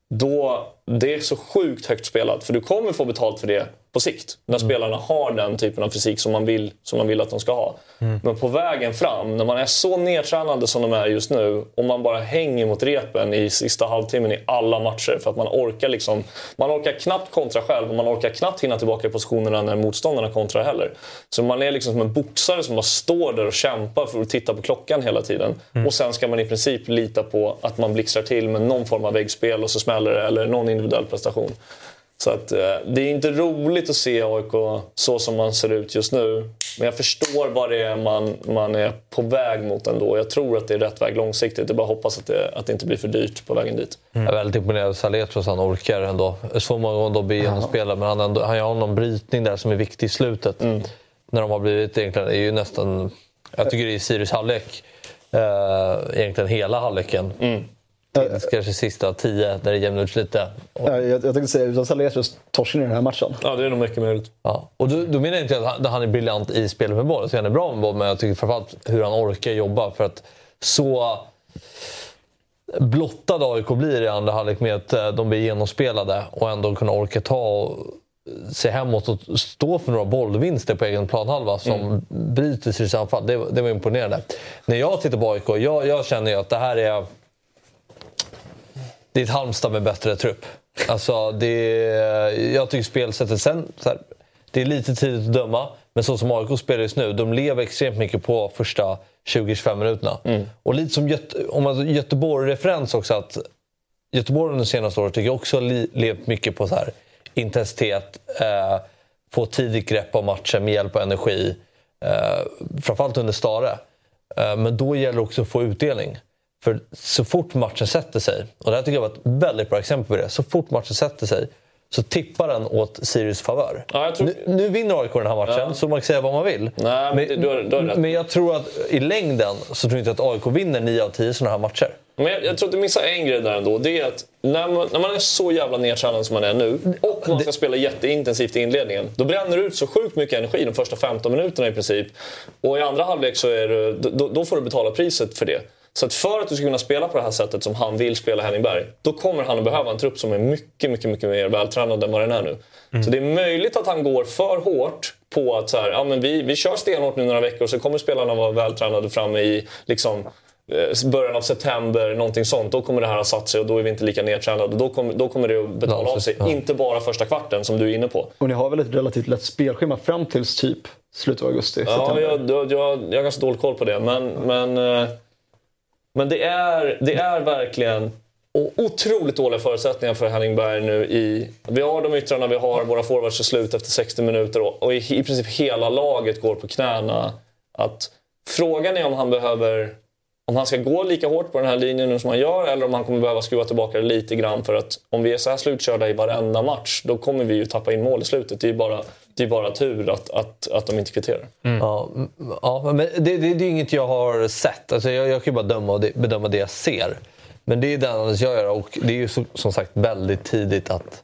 då det är så sjukt högt spelat för du kommer få betalt för det på sikt när mm. spelarna har den typen av fysik som man vill, som man vill att de ska ha. Mm. Men på vägen fram, när man är så nedtränande som de är just nu och man bara hänger mot repen i sista halvtimmen i alla matcher för att man orkar liksom, man orkar knappt kontra själv och man orkar knappt hinna tillbaka i positionerna när motståndarna kontrar heller. Så man är liksom som en boxare som bara står där och kämpar för att titta på klockan hela tiden. Mm. Och sen ska man i princip lita på att man blixtrar till med någon form av väggspel och så smäller det eller någon individuell prestation. Så att, eh, det är inte roligt att se A I K så som man ser ut just nu. Men jag förstår vad det är man, man är på väg mot ändå. Jag tror att det är rätt väg långsiktigt. Jag bara hoppas att det, att det inte blir för dyrt på vägen dit. Mm. Jag är väldigt imponerad av Saletros, han orkar ändå. Så många gånger då blir genomspelad, men han, ändå, han har någon brytning där som är viktig i slutet. Mm. När de har blivit egentligen, är ju nästan, jag tycker det är Sirius halvlek. Uh, egentligen hela halvleken. Mm. Kanske sista tio där det jämnar ut lite. Ja, jag, jag tänkte säga utan Saletros torskar i den här matchen. Ja, det är nog mycket möjligt. Ja. Och då, då menar jag inte att han, han är briljant i spelet med boll. Så han är bra med boll, men jag tycker framförallt hur han orkar jobba. För att så blottad A I K blir i andra halvlek med att de blir genomspelade och ändå kunna orka ta och se hemåt och stå för några bollvinster på egen planhalva som mm. bryter sig i samfall. Det, det var imponerande. När jag tittar på A I K, jag, jag känner ju att det här är det är ett Halmstad med bättre trupp. Alltså det, jag tycker spelsättet sen så här, det är lite tidigt att döma, men så som A I K spelar just nu, de lever extremt mycket på första tjugo till tjugofem minuterna. Mm. Och lite som Göte, om man Göteborg-referens också, att Göteborg under senaste året tycker jag också li, levt mycket på så här intensitet, eh, få tidigt grepp av matchen med hjälp av energi, eh, framförallt under Stare. Eh, men då gäller det också att få utdelning. För så fort matchen sätter sig, och det här tycker jag var ett väldigt bra exempel på det, så fort matchen sätter sig så tippar den åt Sirius favör. Ja, tror... nu, nu vinner A I K den här matchen, ja. Så man kan säga vad man vill. Nej, men, men, du har, du har rätt. Men jag tror att i längden så tror jag inte att A I K vinner nio av tio sådana här matcher. Men jag, jag tror att du missar en grej där ändå. Det är att när man, när man är så jävla nedtränad som man är nu och man ska det... spela jätteintensivt i inledningen, då bränner du ut så sjukt mycket energi de första femton minuterna i princip. Och i andra halvlek så är du, då, då får du betala priset för det. Så att för att du ska kunna spela på det här sättet som han vill spela Henning Berg, då kommer han att behöva en trupp som är mycket, mycket, mycket mer vältränad än vad den är nu. Mm. Så det är möjligt att han går för hårt på att så här, ja, men vi, vi kör stenhårt nu några veckor och så kommer spelarna vara vältränade framme i liksom, början av september, någonting sånt. Då kommer det här ha satt sig och då är vi inte lika nedtränade. Då kommer, då kommer det att betala av sig. Ja. Inte bara första kvarten som du är inne på. Och ni har väl ett relativt lätt spelschema fram tills typ slutet av augusti? Ja, jag, jag, jag, jag har ganska dålig koll på det. Men... men Men det är, det är verkligen otroligt dåliga förutsättningar för Henning Berg nu. I, vi har de yttrarna vi har, våra forwards är slut efter sextio minuter och, och i, i princip hela laget går på knäna. Att frågan är om han behöver, om han ska gå lika hårt på den här linjen nu som han gör, eller om han kommer behöva skruva tillbaka det lite grann. För att om vi är så här slutkörda i varenda match, då kommer vi ju tappa in mål i slutet. Det är ju bara, det är bara tur att, att, att de inte kvitterar. Mm. Ja, ja, men det, det, det är ju inget jag har sett. Alltså jag, jag kan ju bara döma det, bedöma det jag ser. Men det är den analys jag gör. Och det är ju som, som sagt väldigt tidigt att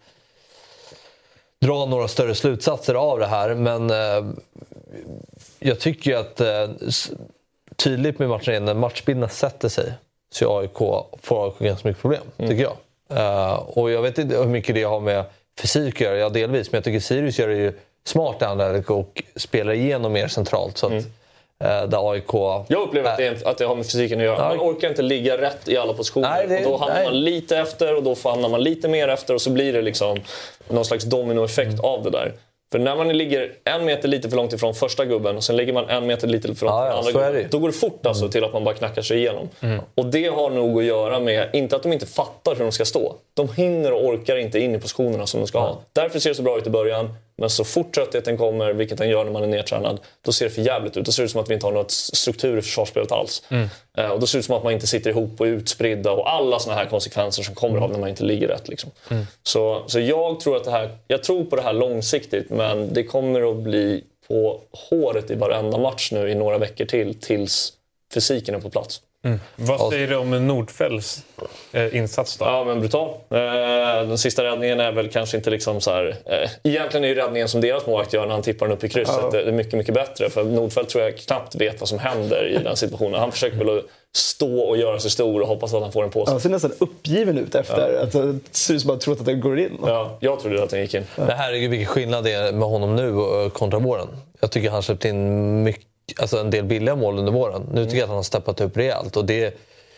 dra några större slutsatser av det här. Men eh, jag tycker ju att eh, tydligt med matchen är när matchbilderna sätter sig, så A I K får A I K ganska mycket problem, mm. tycker jag. Uh, och jag vet inte hur mycket det har med fysik att göra, ja, delvis. Men jag tycker Sirius gör det ju smart i andra och spelar igenom mer centralt. Så att, mm. uh, där A I K... Jag upplever äh, att, det är, att det har med fysiken att göra. Man orkar inte ligga rätt i alla positioner. Nej, det, och då hamnar nej. man lite efter och då hamnar man lite mer efter. Och så blir det liksom någon slags dominoeffekt mm. av det där. För när man ligger en meter lite för långt ifrån första gubben och sen ligger man en meter lite för långt ja, från andra ja, gubben, då går det fort alltså mm. till att man bara knackar sig igenom. Mm. Och det har nog att göra med, inte att de inte fattar hur de ska stå. De hinner och orkar inte in i positionerna som de ska mm. ha. Därför ser det så bra ut i början. Men så fort tröttheten kommer, vilket den gör när man är nedtränad, då ser det för jävligt ut. Då ser det som att vi inte har något struktur i försvarsspelet alls. Mm. Uh, och då ser det som att man inte sitter ihop och är utspridda och alla såna här konsekvenser som kommer av när man inte ligger rätt. Liksom. Mm. Så, så jag tror att det här, jag tror på det här långsiktigt, men det kommer att bli på håret i varenda match nu i några veckor till, tills fysiken är på plats. Mm. Vad säger du om Nordfells eh, insats då? Ja, men brutal. Eh, den sista räddningen är väl kanske inte liksom så här... Eh, egentligen är ju räddningen som deras målvakt gör när han tippar den upp i krysset. Ja. Det är mycket, mycket bättre. För Nordfäll tror jag knappt vet vad som händer i den situationen. Han försöker väl stå och göra sig stor och hoppas att han får en på sig. Han ser nästan uppgiven ut efter. Ja. Att det ser ut som att han tror att den går in. Ja, jag trodde att den gick in. Ja. Det här är ju vilken skillnad det är med honom nu kontra våren. Jag tycker han släppt in mycket, alltså en del billiga mål under våren. Nu tycker jag att han har steppat upp rejält. Och det,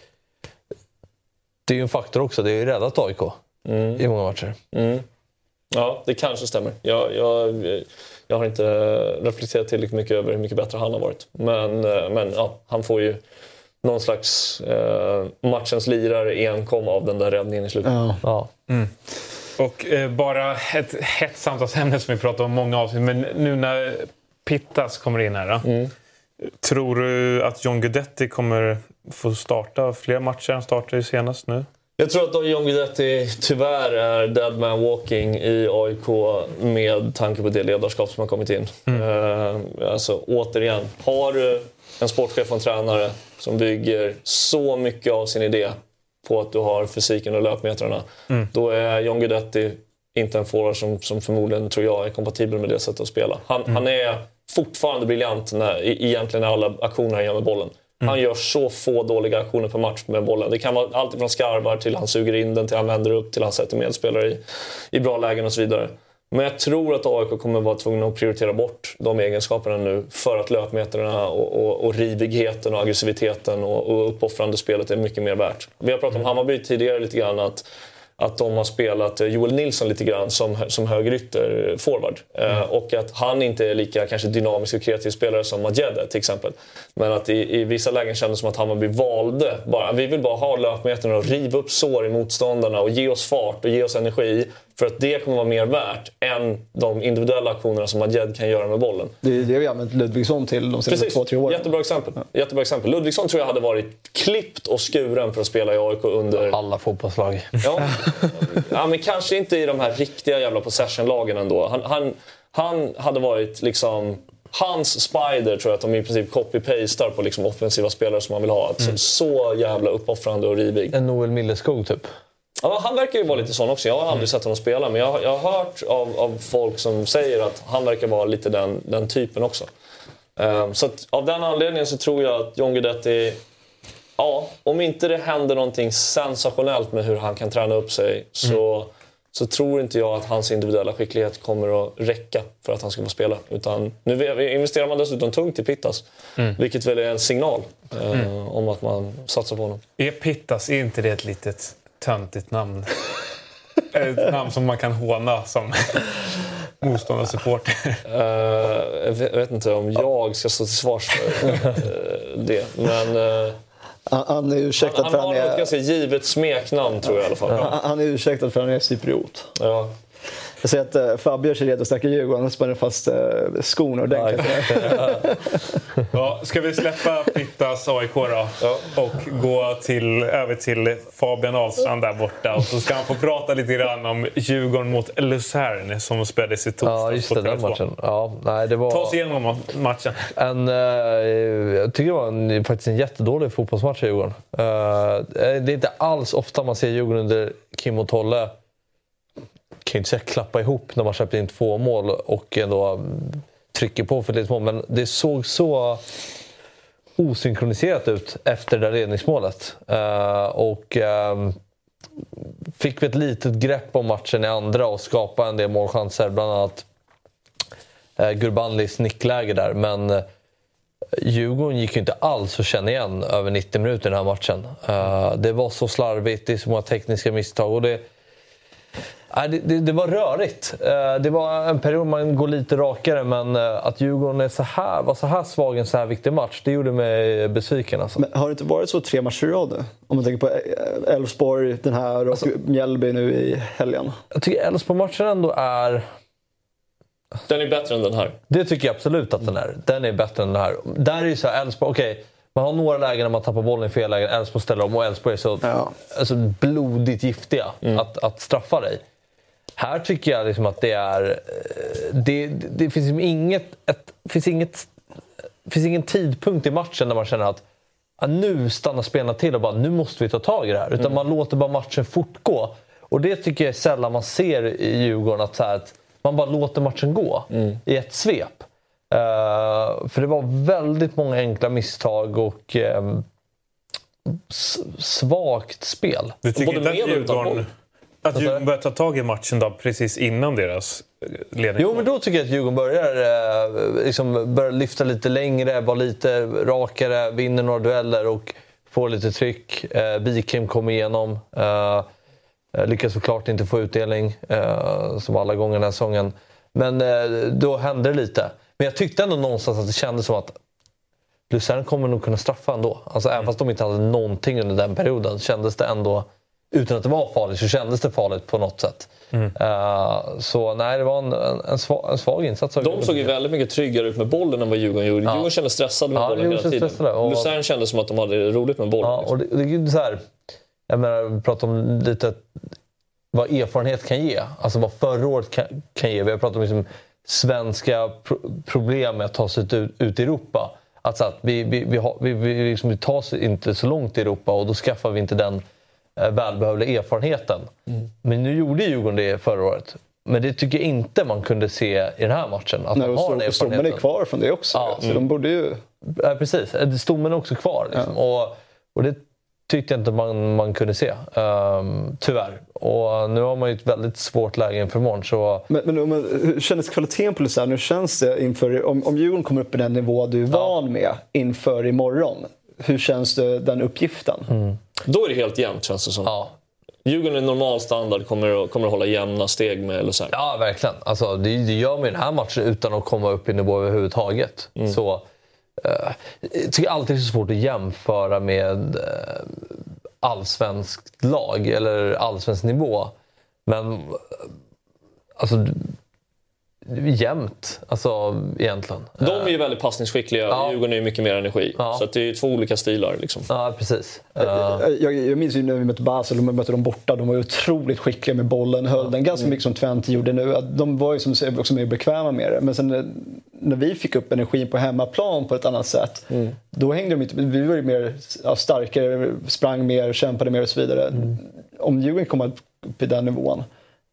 det är ju en faktor också. Det är ju räddat A I K mm. i många matcher. Mm. Ja, det kanske stämmer. Jag, jag, jag har inte reflekterat tillräckligt mycket över hur mycket bättre han har varit. Men, men ja, han får ju någon slags eh, matchens lirare enkom av den där räddningen i slutet. Ja. Ja. Mm. Och eh, bara ett hett samtalsämne som vi pratar om många avsnitt. Men nu när Pittas kommer in här då. Mm. Tror du att John Guidetti kommer få starta fler matcher än startade senast nu? Jag tror att John Guidetti tyvärr är dead man walking i A I K med tanke på det ledarskap som har kommit in. Mm. Uh, alltså återigen, har du en sportchef och en tränare som bygger så mycket av sin idé på att du har fysiken och löpmetrarna, mm. då är John Guidetti inte en forward som, som förmodligen, tror jag, är kompatibel med det sättet att spela. Han, mm. han är fortfarande briljant när, egentligen när alla aktioner han gör med bollen. Mm. Han gör så få dåliga aktioner per match med bollen. Det kan vara allt från skarvar till han suger in den, till han vänder upp, till han sätter medspelare i, i bra lägen och så vidare. Men jag tror att A I K kommer vara tvungna att prioritera bort de egenskaperna nu för att löpmetrarna och, och, och rivigheten och aggressiviteten och, och uppoffrande spelet är mycket mer värt. Vi har pratat om Hammarby tidigare lite grann att att de har spelat Joel Nilsson lite grann som, som högerytter forward. Mm. Eh, och att han inte är lika kanske dynamisk och kreativ spelare som Majed till exempel. Men att i, i vissa lägen kändes som att Hammarby valde bara, vi vill bara ha löpmeterna och riva upp sår i motståndarna och ge oss fart och ge oss energi. För att det kommer vara mer värt än de individuella aktionerna som Majed kan göra med bollen. Det är det vi har använt Ludvigsson till de senaste två, tre åren. Jättebra exempel. Ja. Jättebra exempel. Ludvigsson tror jag hade varit klippt och skuren för att spela i A I K under... Alla fotbollslag. Ja. Ja, men kanske inte i de här riktiga jävla possession-lagen ändå. Han, han, han hade varit liksom... Hans Spider tror jag att de i princip copy-pastar på liksom offensiva spelare som man vill ha. Alltså, mm. Så jävla uppoffrande och rivig. En Noel Milleskog typ. Ja, han verkar ju vara lite sån också. Jag har aldrig mm. sett honom spela, men jag, jag har hört av, av folk som säger att han verkar vara lite den, den typen också. Um, så att, av den anledningen så tror jag att John Guidetti, ja, om inte det händer någonting sensationellt med hur han kan träna upp sig, så, mm. så tror inte jag att hans individuella skicklighet kommer att räcka för att han ska få spela. Utan nu investerar man dessutom tungt i Pittas, mm. vilket väl är en signal uh, mm. om att man satsar på honom. Är Pittas, är inte det ett litet töntigt namn? Ett namn som man kan håna som motståndarsupporter. Uh, jag vet inte om jag ska stå till svars för uh, det. Men uh, han är ursäktad han, för han har han är... ett ganska givet smeknamn, tror jag i alla fall. Han, han är ursäktad för han är cypriot. Ja. Jag ser att uh, Fabio är redo att snacka Djurgården och spänner fast uh, skorna ordentligt. Ja, ska vi släppa Pittas A I K då? Ja. Och gå till, över till Fabian Ahlstrand där borta. Och så ska han få prata lite grann om Djurgården mot Luzern som spelades i torsdag. Ja, just det, den matchen. Ja, nej, det var... Ta oss igenom matchen. En, uh, jag tycker det var en, faktiskt en jättedålig fotbollsmatch i Djurgården. Uh, det är inte alls ofta man ser Djurgården under Kim och Tolle kan inte säga klappa ihop när man släpper in två mål och ändå trycker på för lite mål. Men det såg så osynkroniserat ut efter det där ledningsmålet. Uh, och uh, fick vi ett litet grepp om matchen i andra och skapa en del målchanser. Bland annat uh, Gurbanlis nickläge där. Men uh, Djurgården gick ju inte alls att känna igen över nittio minuter i den här matchen. Uh, det var så slarvigt, det är så många tekniska misstag och det Nej, det, det, det var rörigt. Det var en period man går lite rakare, men att Djurgården är så här, var så här svag i en så här viktig match, det gjorde mig besviken. Alltså. Men har det inte varit så tre matcher i rad? Om man tänker på Elfsborg, den här och alltså, Mjällby nu i helgen. Jag tycker Elfsborg-matchen ändå är... Den är bättre än den här. Det tycker jag absolut att den är. Den är bättre än den här. Där är ju så här, Elfsborg, okej. Okay, man har några lägen när man tappar bollen i fel lägen. Elfsborg ställer om och Elfsborg är så ja. alltså, blodigt giftiga mm. att, att straffa dig. Här tycker jag liksom att det är... Det, det finns liksom inget, ett, finns inget... finns ingen tidpunkt i matchen där man känner att ja, nu stannar spelarna till och bara nu måste vi ta tag i det här. Utan mm. man låter bara matchen fortgå. Och det tycker jag är sällan man ser i Djurgården. Att, så här, att man bara låter matchen gå mm. i ett svep. Uh, för det var väldigt många enkla misstag och um, s- svagt spel. Du tycker inte att Djurgården... Att Djurgården börjar ta tag i matchen då precis innan deras ledning? Jo, men då tycker jag att Djurgården börjar, eh, liksom börjar lyfta lite längre, vara lite rakare, vinner några dueller och får lite tryck. Eh, Bikim kommer igenom. Eh, lyckas såklart inte få utdelning eh, som alla gånger den här säsongen. Men eh, då hände det lite. Men jag tyckte ändå någonstans att det kändes som att Luzern kommer nog kunna straffa ändå. Alltså, mm. Även fast de inte hade någonting under den perioden kändes det ändå utan att det var farligt så kändes det farligt på något sätt. Mm. Uh, så nej, det var en, en, en, svag, en svag insats. De såg ju väldigt mycket tryggare ut med bollen än vad Djurgården gjorde. Ja. Djurgården kändes stressad med ja, bollen hela tiden. Och Luzern kändes som att de hade roligt med bollen. Ja, liksom. Och det, det är så här, jag menar, vi pratar om lite vad erfarenhet kan ge. Alltså vad förra året kan, kan ge. Vi har pratat om liksom svenska pro- problem med att ta sig ut, ut i Europa. Alltså att vi, vi, vi, har, vi, vi, liksom, vi tar sig inte så långt i Europa och då skaffar vi inte den eh, välbehövliga erfarenheten. Mm. Men nu gjorde Djurgården det förra året. Men det tycker jag inte man kunde se i den här matchen. Att Nej, man har den stommen är kvar från det också. Ja. Så mm. de borde ju... Ja, precis. Stommen är också kvar. Liksom. Ja. Och, och det tyckte jag inte man, man kunde se. Um, tyvärr. Och nu har man ju ett väldigt svårt läge inför imorgon. Så... Men, men, men hur kändes kvaliteten på Luzern? Hur känns det inför... Om, om Djurgården kommer upp i den nivå du är ja. van med inför imorgon. Hur känns det, den uppgiften? Mm. Då är det helt jämnt, känns det som. Ja. Djurgården i normal standard kommer att, kommer att hålla jämna steg med Luzern. Ja, verkligen. Alltså, det, det gör man i den här matchen utan att komma upp i nivå överhuvudtaget. Mm. Så, uh, jag tycker alltid det är så svårt att jämföra med uh, allsvenskt lag eller allsvensk nivå. Men uh, alltså... jämnt, alltså egentligen. De är ju väldigt passningsskickliga, ja. Djurgården är ju mycket mer energi. Ja. Så att det är ju två olika stilar liksom. Ja, precis. Uh... Jag, jag minns ju när vi mötte Basel och mötte dem borta, de var ju otroligt skickliga med bollen, höll den ganska mycket som Twente gjorde nu. De var ju som säger också mer bekväma med det. Men sen när vi fick upp energin på hemmaplan på ett annat sätt, mm. då hängde de inte, vi var ju mer ja, starkare, sprang mer, kämpade mer och så vidare. Mm. Om Djurgården kommer upp i den nivån.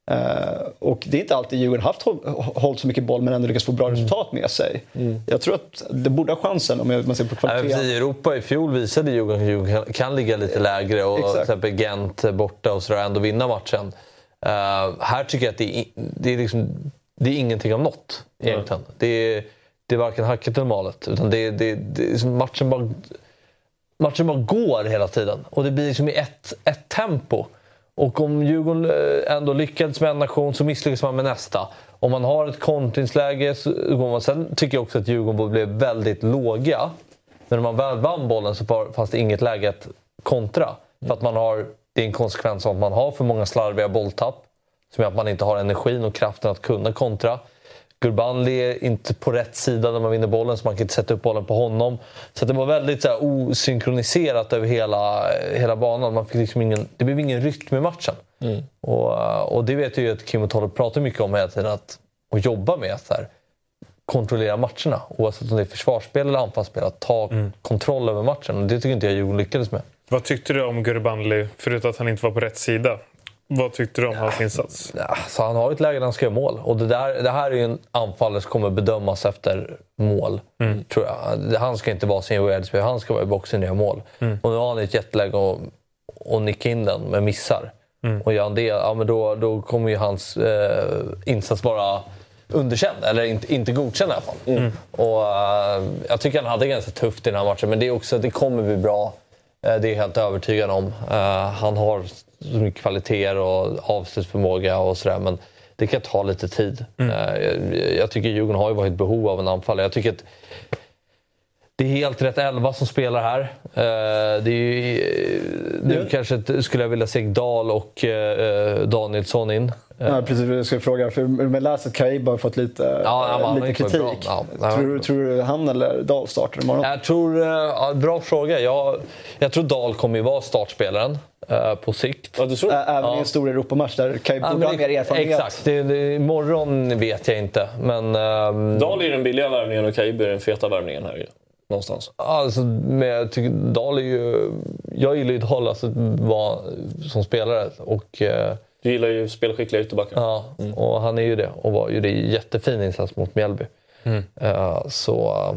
Uh, och det är inte alltid Djurgården haft hållit så mycket boll men ändå lyckats få bra mm. resultat med sig. Mm. Jag tror att det borde ha chansen om man ser på kvalitet. Ja, i Europa i fjol visade Djurgården att Djurgården kan, kan ligga lite lägre och till exempel Gent borta och sådär ändå vinna matchen. Uh, här tycker jag att det är, det är, liksom, det är ingenting av något egentligen. Mm. Det, är, det är varken hacket eller malet utan det, det, det är liksom matchen bara matchen bara går hela tiden och det blir liksom i ett, ett tempo. Och om Djurgården ändå lyckades med en nation så misslyckas man med nästa. Om man har ett kontringsläge så går man... Sen tycker jag också att Djurgården blev väldigt låga. Men när man väl vann bollen så fanns det inget läge att kontra. För att man har... Det är en konsekvens av att man har för många slarviga bolltapp. Som gör att man inte har energin och kraften att kunna kontra. Gurbanli är inte på rätt sida när man vinner bollen så man kan inte sätta upp bollen på honom. Så det var väldigt så här, osynkroniserat över hela, hela banan. Man fick liksom ingen, det blev ingen rytm i matchen. Mm. Och, och det vet jag ju att Kim och Tolle pratar mycket om hela tiden. Att, och jobba med att så här, kontrollera matcherna. Oavsett om det är försvarsspel eller anfallsspel. Att ta mm. kontroll över matchen. Och det tycker inte jag Djurgården lyckades med. Vad tyckte du om Gurbanli förutom att han inte var på rätt sida? Vad tyckte du om hans insats? Ja, så han har ett läge där han ska göra mål. Och det, där, det här är ju en anfallare som kommer bedömas efter mål. Mm. Tror jag. Han ska inte vara sin Weirdsby. Han ska vara i boxen och göra mål. Mm. Och nu har han ett jätteläge och, och nicka in den med missar. Mm. Och gör han det, ja, men då, då kommer ju hans eh, insats vara underkänd. Eller inte, inte godkänd i alla fall. Mm. Och eh, jag tycker han hade ganska tufft i den här matchen. Men det, är också, det kommer bli bra. Eh, det är helt övertygad om. Eh, han har... så mycket kvaliteter och avslutsförmåga och sådär, men det kan ta lite tid. Mm. Jag, jag tycker Djurgården har ju varit i behov av en anfallare. Jag tycker att det är helt rätt elva som spelar här. Det är ju, nu mm. kanske skulle jag vilja se Dahl och Danielsson in. Ja, precis. Jag ska fråga, för med läset Kaib har fått lite, ja, lite kritik. Ja, tror, du, tror du han eller Dahl startar imorgon? Jag tror, ja, bra fråga. Jag, jag tror Dahl kommer ju vara startspelaren. Uh, på sikt. Ja, du tror? Även ja. i en stor Europamatch där Kaib borde ha mer erfarenhet. Exakt, det, det, imorgon vet jag inte. Men, um... Dahl är den billiga värvningen och Kaib är den feta värvningen här ju. Någonstans. Alltså, men jag tycker Dahl är ju... Jag gillar ju Dahl alltså, var, som spelare. Och, uh... du gillar ju spelskickliga ytterbackar. Ja, mm. och han är ju det. Och var ju det jättefin insats mot Mjällby. Mm. Uh, så... Uh...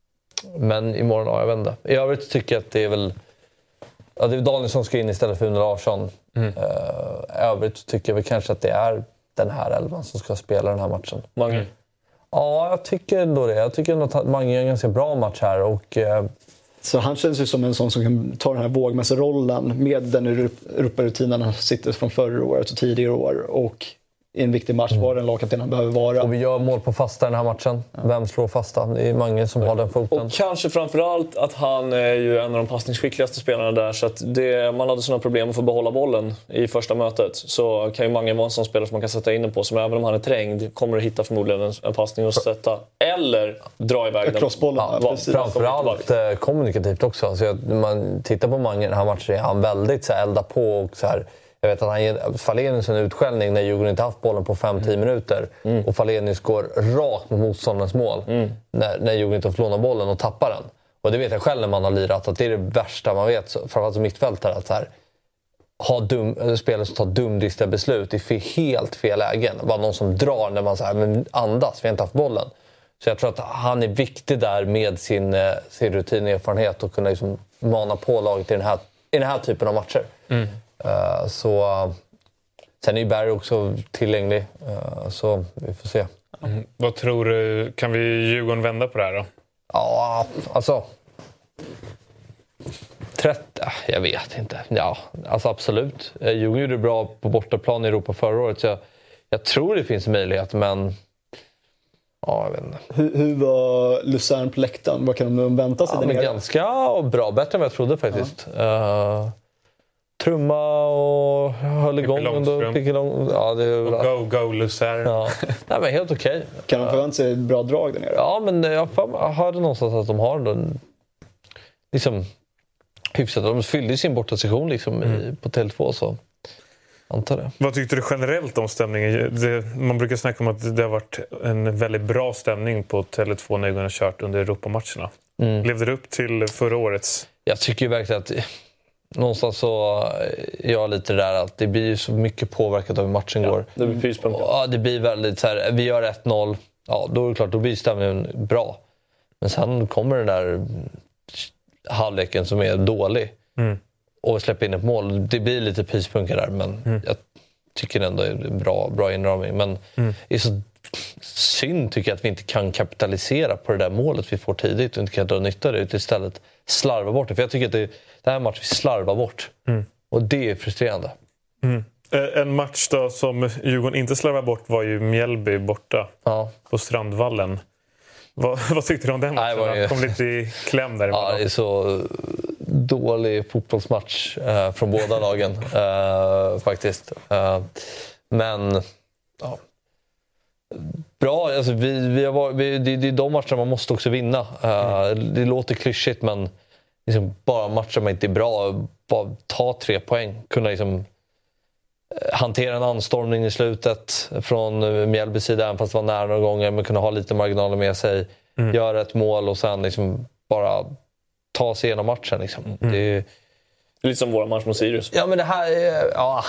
Men imorgon, ja, jag vet inte. I övrigt tycker jag att det är väl... Ja, det är Danielsson som ska in istället för Une Larsson. Mm. Uh, övrigt tycker jag väl kanske att det är den här elvan som ska spela den här matchen. Mange? Mm. Ja, jag tycker ändå det. Jag tycker ändå att Mange gör en ganska bra match här. Och, uh... Så han känns ju som en sån som kan ta den här vågmässig rollen med den Europarutinen han sitter från förra året och tidigare år. Och i en viktig match var den lagkapten han behöver vara. Och vi gör mål på fasta den här matchen. Ja. Vem slår fasta? Det är många som har den foten. Och kanske framförallt att han är ju en av de passningsskickligaste spelarna där. Så att det, man hade sådana problem att få behålla bollen i första mötet. Så kan ju många vara en sån spelare som man kan sätta in på. Som även om han är trängd kommer att hitta förmodligen en, en passning och sätta. Eller dra iväg den. Crossbollen. Ja, framförallt eh, kommunikativt också. Alltså, att man tittar på många i den här matchen. Är han väldigt så här, elda på och så här. Jag vet att han ger Falenius en utskällning när Djurgården inte haft bollen på fem till tio minuter. Mm. Och Falenius går rakt mot motståndarens mål mm. när, när Djurgården inte får låna bollen och tappar den. Och det vet jag själv när man har lirat att det är det värsta man vet. Framförallt som mittfältare att så här, ha dum, spelare som tar dumdristiga beslut i fel, helt fel lägen. Bara någon som drar när man så här, men andas, vi har inte haft bollen. Så jag tror att han är viktig där med sin, sin rutin och erfarenhet och kunna liksom mana på laget i den här, i den här typen av matcher. Mm. Uh, så uh, sen är ju Barry också tillgänglig, uh, så vi får se. Mm. Vad tror du, kan vi Djurgården vända på det här då? Ja, alltså trettio, jag vet inte. Ja, alltså absolut. Djurgården gjorde bra på bortaplan i Europa förra året, så jag, jag tror det finns möjlighet, men ja, jag vet inte. Hur, hur var Luzern på läktaren? Vad kan de vänta sig? Ja, men ganska bra, bättre än vad jag trodde faktiskt. Ja. Uh, Trumma och höll igång under Picke Lång. Ja, det är bra. Och go, go, Luzern. Ja. Nej, men helt okej. Okay. Kan de förvänta sig ett bra drag där nere? Ja, men jag hörde någonstans att de har en, liksom hyfsat. De fyllde sin bortasession liksom mm. i, på T L två, så antar det. Vad tyckte du generellt om stämningen? Det, man brukar snacka om att det har varit en väldigt bra stämning på T L två när Djurgården har kört under Europamatcherna. Mm. Levde det upp till förra årets? Jag tycker ju verkligen att någonstans så är jag lite där att det blir så mycket påverkat av hur matchen ja, går. Det blir pyspunka. Ja, det blir väldigt så här, vi gör ett noll, ja då är det klart, då blir stämningen bra. Men sen kommer den där halvleken som är dålig mm. och släpper in ett mål. Det blir lite pyspunka där, men mm. jag tycker ändå det är bra, bra inramning. Men mm. det är så synd tycker jag att vi inte kan kapitalisera på det där målet vi får tidigt och inte kan dra nytta av det, utan istället slarva bort det. För jag tycker att det, det här matchen vi slarvar bort. Mm. Och det är frustrerande. Mm. En match då som Djurgården inte slarvar bort var ju Mjällby borta ja. på Strandvallen. Vad, vad tyckte du om den matchen? Nej, ju... kom lite i kläm där. Ja, det är så dålig fotbollsmatch eh, från båda lagen eh, faktiskt. Eh, men ja. Bra, alltså vi, vi har varit, vi, det, det är de matcherna man måste också vinna. Uh, mm. Det låter klyschigt, men liksom bara matcher man inte är bra, bara ta tre poäng. Kunna liksom hantera en anstormning i slutet från Mjällbys sida, även fast det var nära några gånger, men kunna ha lite marginaler med sig. Mm. Göra ett mål och sen liksom bara ta sig igenom matchen. Liksom. Mm. Det är lite som våra match mot Sirius. Ja, men det här är... Ja.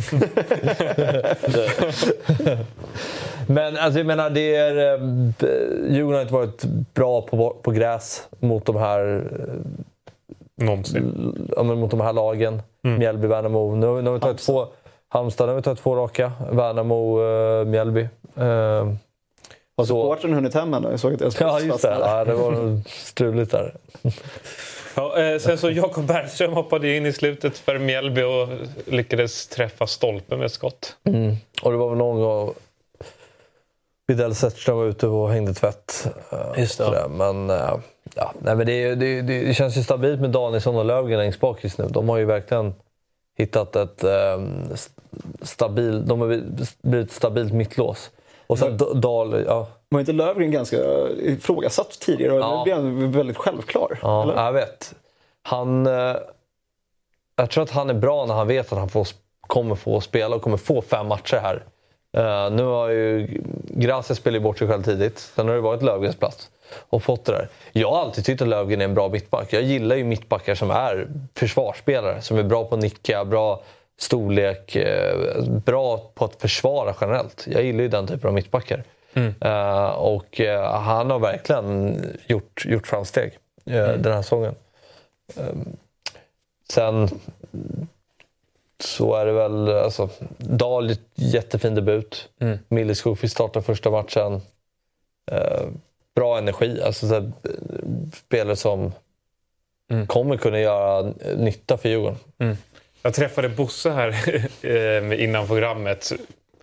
Men alltså, jag menar, det är... Djurgården har inte varit bra på, på gräs mot de här... Någonsin. Ja, men mot de här lagen. Mm. Mjällby, Värnamo. Nu, nu har vi tagit två... Halmstad har vi tagit två raka. Värnamo, uh, Mjällby. Uh, Har supporten hunnit hem ännu? Jag såg att jag ja, just det. Ja, det var struligt där. Ja, eh, sen så Jakob Bergström hoppade in i slutet för Mjällby och lyckades träffa stolpen med ett skott. Mm. Och det var väl någon gång Widell Zetterström var ute och hängde tvätt. Uh, just det. det. Men, uh, ja. Nej, men det, det, det, det känns ju stabilt med Danielsson och Löfgren längst bak just nu. De har ju verkligen hittat ett um, stabil, de har blivit ett stabilt mittlås. Och sen mm. Dahl, ja. Var inte Löfgren ganska ifrågasatt tidigare? Ja. Nu blir han väldigt självklar. Ja, eller? Jag vet. Han, eh, jag tror att han är bra när han vet att han får, kommer få spela och kommer få fem matcher här. Uh, nu har ju Gracia spelat bort sig själv tidigt. Sen har det varit Löfgrens plats och fått det där. Jag har alltid tyckt att Löfgren är en bra mittback. Jag gillar ju mittbackar som är försvarsspelare. Som är bra på att nicka, bra storlek, eh, bra på att försvara generellt. Jag gillar ju den typen av mittbackar. Mm. Uh, och uh, han har verkligen gjort, gjort framsteg uh, mm. den här säsongen. Um, sen så är det väl alltså, Dahl, jättefin debut. Mm. Milleskog fick starta första matchen. Uh, bra energi. Alltså, så här, spelare som mm. kommer kunna göra nytta för Djurgården. Mm. Jag träffade Bosse här innan programmet.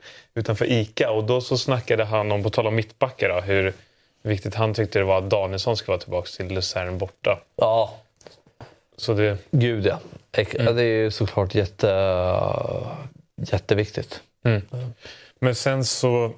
utanför Ica. Och då så snackade han om, på tal om mittbackar, då, hur viktigt han tyckte det var att Danielsson skulle vara tillbaka till Luzern borta. Ja. Så det... Gud ja. Mm. Det är ju såklart jätte, jätteviktigt. Mm. Men sen så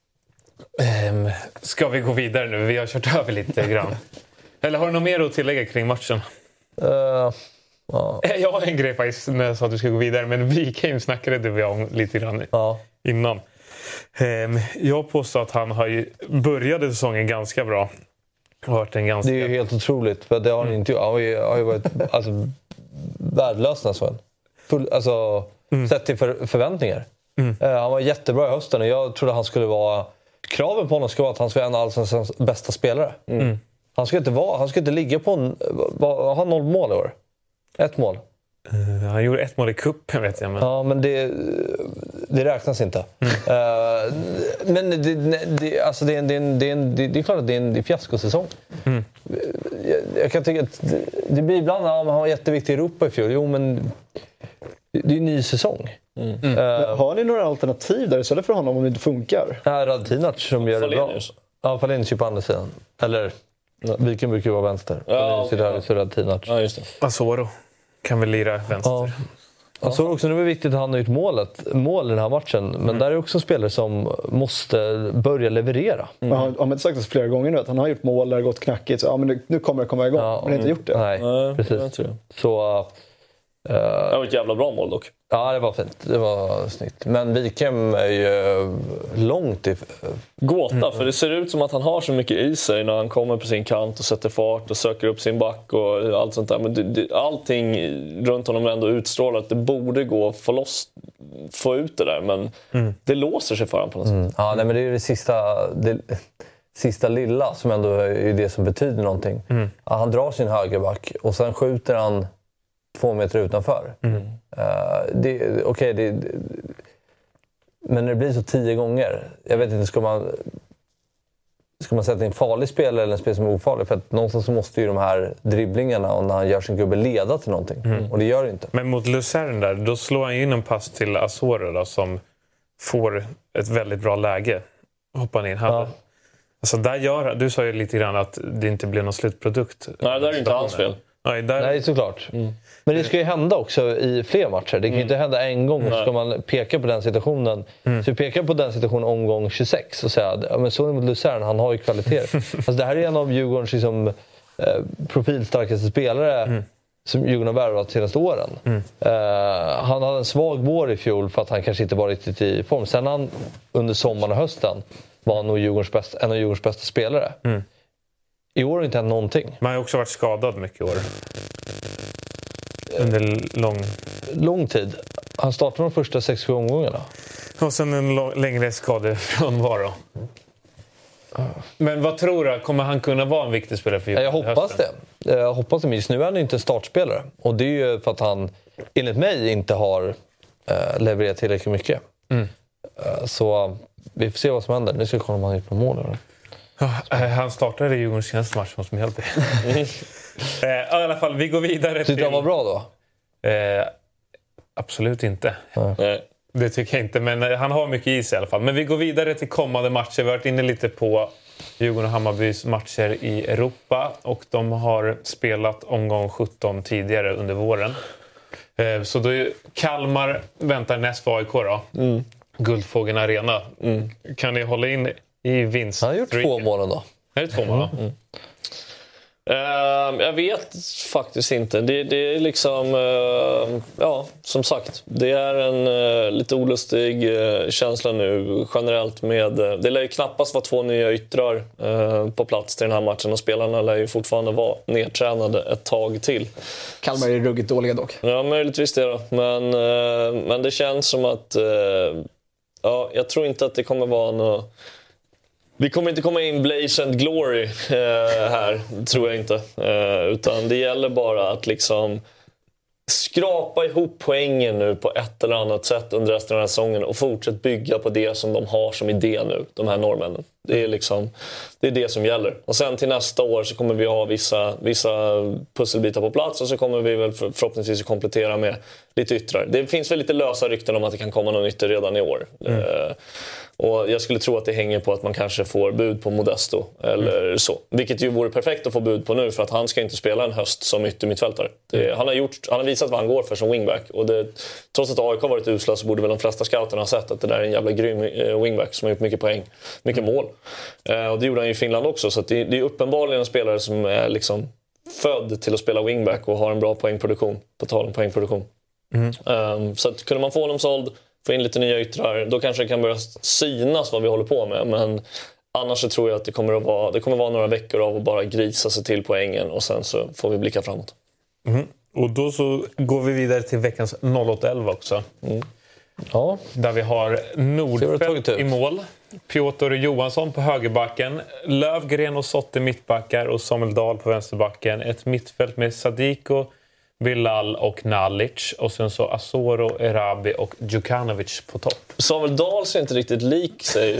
ähm, ska vi gå vidare nu. Vi har kört över lite grann. Eller har du något mer att tillägga kring matchen? Uh, ja. Jag har en grej faktiskt när jag sa att du ska gå vidare. Men Wikheim snackade vi om lite grann ja. innan. Ähm, jag påstår att han har ju började säsongen ganska bra. Hört en ganska... Det är ju helt otroligt. För det har han inte gjort. Han har ju, har ju varit alltså, värdelös nästan. Full, alltså, mm. Sett till för, förväntningar. Mm. Uh, han var jättebra i hösten och jag trodde han skulle vara... Kraven på honom ska vara att han ska vara en av allsvenskans bästa spelare. Mm. Han ska inte vara, han ska inte ligga på en... Va, ha noll mål i år. Ett mål. Uh, han gjorde ett mål i kuppen, vet jag. Men... Ja, men det, det räknas inte. Mm. Uh, men det, det, alltså det, är en, det, är en, det, är en, det är klart att det är en, det är fiaskosäsong. Mm. Jag, jag kan tycka att det, det blir ibland att ja, han var jätteviktig i Europa i fjol. Jo, men det är en ny säsong. Mm. Mm. Uh, har ni några alternativ där istället för honom om det inte funkar? Ja, Radetinac som gör det bra. Ja, Falenius på andra sidan. Eller... Viken brukar ju vara vänster. Ja, okay, där, så Radetinac. Ja, just det. Asoro kan väl lira vänster. Ja. Asoro också, nu är det viktigt att han har gjort målet, mål i den här matchen. Men mm. där är också spelare som måste börja leverera. Mm. Han har inte sagt det flera gånger nu att han har gjort mål där det har gått knackigt. Så, ja, men nu kommer det komma igång. Ja, men mm. inte gjort det. Nej, Nej precis. tror jag. Så... Uh, det var ett jävla bra mål dock. Ja, det var fint. Det var snyggt. Men Wikheim är ju långt i... Gåta, mm. för det ser ut som att han har så mycket i sig när han kommer på sin kant och sätter fart och söker upp sin back och allt sånt där. Men det, det, allting runt honom är ändå utstrålar att det borde gå att få, loss, få ut det där. Men mm. det låser sig för honom på något mm. sätt. Ja, nej, men det är ju det sista... Det, sista lilla som ändå är det som betyder någonting. Mm. Ja, han drar sin högerback och sen skjuter han två meter utanför. Mm. Uh, det, okay, det, det, men när det blir så tio gånger, jag vet inte, ska man ska man sätta in en farlig spelare eller en spelare som är ofarlig? För att någonstans så måste ju de här dribblingarna och när han gör sin gubbe leda till någonting. Mm. Och det gör det inte. Men mot Luzern där, då slår han in en pass till Asoro då, som får ett väldigt bra läge. Hoppar in här. Ja. Alltså där gör, du sa ju lite grann att det inte blir någon slutprodukt. Nej, det är inte hans fel. Nej, där... Nej, såklart. Mm. Men det ska ju hända också i fler matcher. Det kan ju mm. inte hända en gång och så ska man peka på den situationen. Mm. Så vi pekar på den situationen omgång tjugosex och säga ja, men så mot Luzern, han har ju kvaliteter. Alltså, det här är en av Djurgårdens liksom, eh, profilstarkaste spelare mm. som Djurgården har värvat de senaste åren. Mm. Eh, han hade en svag vår i fjol för att han kanske inte var riktigt i form. Sen han under sommaren och hösten var nog Djurgårdens bästa, en av Djurgårdens bästa spelare. Mm. I år har inte hänt någonting. Man har också varit skadad mycket i år. Under lång... Lång tid. Han startade de första sex sju omgångarna. Och sen en lång, längre skadefrånvaro. Men vad tror du? Kommer han kunna vara en viktig spelare för Djurgården? Jag hoppas det. Jag hoppas det. Men just nu är han inte startspelare. Och det är ju för att han, enligt mig, inte har uh, levererat tillräckligt mycket. Mm. Uh, så vi får se vad som händer. Nu ska jag kolla om han är på mål. Eller? Han startade i Djurgårdens senaste match mot Mjällby. eh, I alla fall, vi går vidare till... Tyckte han var bra då? Eh, absolut inte. Nej. Det tycker jag inte, men han har mycket i sig i alla fall. Men vi går vidare till kommande matcher. Vi har varit inne lite på Djurgården och Hammarbys matcher i Europa. Och de har spelat omgång sjutton tidigare under våren. Eh, så då är Kalmar väntar näst för A I K då. Mm. Guldfågeln Arena. Mm. Kan ni hålla in... i vinst. Han har gjort två mål då. Är det två mål då? Mm. Uh, jag vet faktiskt inte. Det, det är liksom... Uh, ja, som sagt. Det är en uh, lite olustig uh, känsla nu generellt med... Uh, det lär ju knappast vara två nya yttrar uh, på plats till den här matchen. Och spelarna lär ju fortfarande vara nedtränade ett tag till. Kalmar är ruggigt dåliga dock. Ja, möjligtvis det då. Men, uh, men det känns som att... Uh, ja, jag tror inte att det kommer vara något... Vi kommer inte komma in blaze and glory eh, här, tror jag inte. Eh, utan det gäller bara att liksom skrapa ihop poängen nu på ett eller annat sätt under resten av den här säsongen och fortsätt bygga på det som de har som idé nu, de här norrmännen. Det är liksom det är det som gäller. Och sen till nästa år så kommer vi ha vissa, vissa pusselbitar på plats och så kommer vi väl förhoppningsvis komplettera med lite yttrar. Det finns väl lite lösa rykten om att det kan komma någon ytter redan i år. Mm. Uh, och jag skulle tro att det hänger på att man kanske får bud på Modesto eller mm. så. Vilket ju vore perfekt att få bud på nu för att han ska inte spela en höst som yttermittfältare. Det, han, har gjort, han har visat vad han går för som wingback. Och det, trots att A I K har varit usla så borde väl de flesta scouterna ha sett att det där är en jävla grym eh, wingback som har gjort mycket poäng, mycket mål. Eh, och det gjorde han ju i Finland också. Så att det, det är uppenbarligen en spelare som är liksom född till att spela wingback och har en bra poängproduktion. På tal om poängproduktion. Mm. Um, så att kunde man få honom såld, få in lite nya yttrar, då kanske det kan börja synas vad vi håller på med. Men annars så tror jag att det kommer att vara, det kommer att vara några veckor av att bara grisa sig till poängen och sen så får vi blicka framåt. Mm. Och då så går vi vidare till veckans noll åtta elva också. Mm. Ja. Där vi har Nordfeldt i mål, Piotr Johansson på högerbacken, Lövgren och Sotte mittbackar och Samuel Dahl på vänsterbacken. Ett mittfält med Sadiko, Bilal och Nalic och sen så Asoro, Erabi och Djukanovic på topp. Samuel Dahl ser inte riktigt lik sig.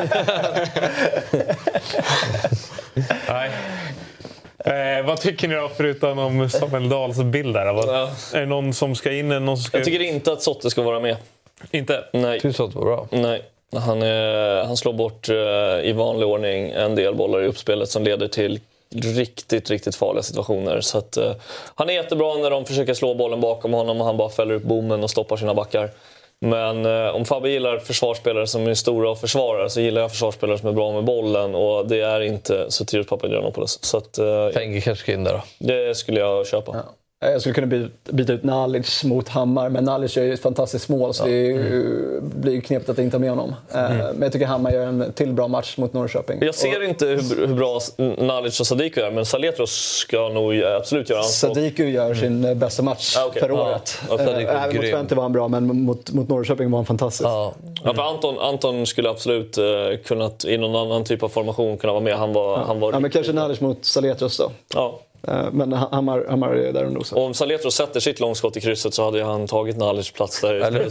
Nej. Eh, vad tycker ni då förutom om Samuel Dahls bild där? Vad, ja. Är det någon som ska in? Någon som ska... Jag tycker inte att Sotte ska vara med. Inte? Nej. Tycker Sotte var bra? Nej. Han, är, han slår bort uh, i vanlig ordning en del bollar i uppspelet som leder till riktigt, riktigt farliga situationer. Så att, uh, han är jättebra när de försöker slå bollen bakom honom och han bara fäller upp bommen och stoppar sina backar. Men uh, om Fabbe gillar försvarsspelare som är stora och försvarar så gillar jag försvarsspelare som är bra med bollen och det är inte Sotirios Papagiannopoulos. Så att uh, Fengi kanske ska in där då. Det skulle jag köpa. Ja. Jag skulle kunna byta, byta ut Nalic mot Hammar, men Nalic gör ju ett fantastiskt mål så ja. det mm. blir ju knepigt att inte ha med honom. Mm. Men jag tycker Hammar gör en till bra match mot Norrköping. Jag ser och, inte hur, hur bra Nalic och Sadiko är, men Saletros ska nog absolut göra anspråk. Sadiko gör sin mm. bästa match ah, okay. för året. Ja. Även mot Twente var han bra, men mot, mot Norrköping var han fantastisk. Ja. Mm. Ja, för Anton, Anton skulle absolut uh, kunnat i någon annan typ av formation kunna vara med. Han var, ja. han var ja, men kanske Nalic mot Saletros då. Ja. Men Hammar, Hammar är där ändå. Om Saletros sätter sitt långskott i krysset så hade han tagit Nalic plats där.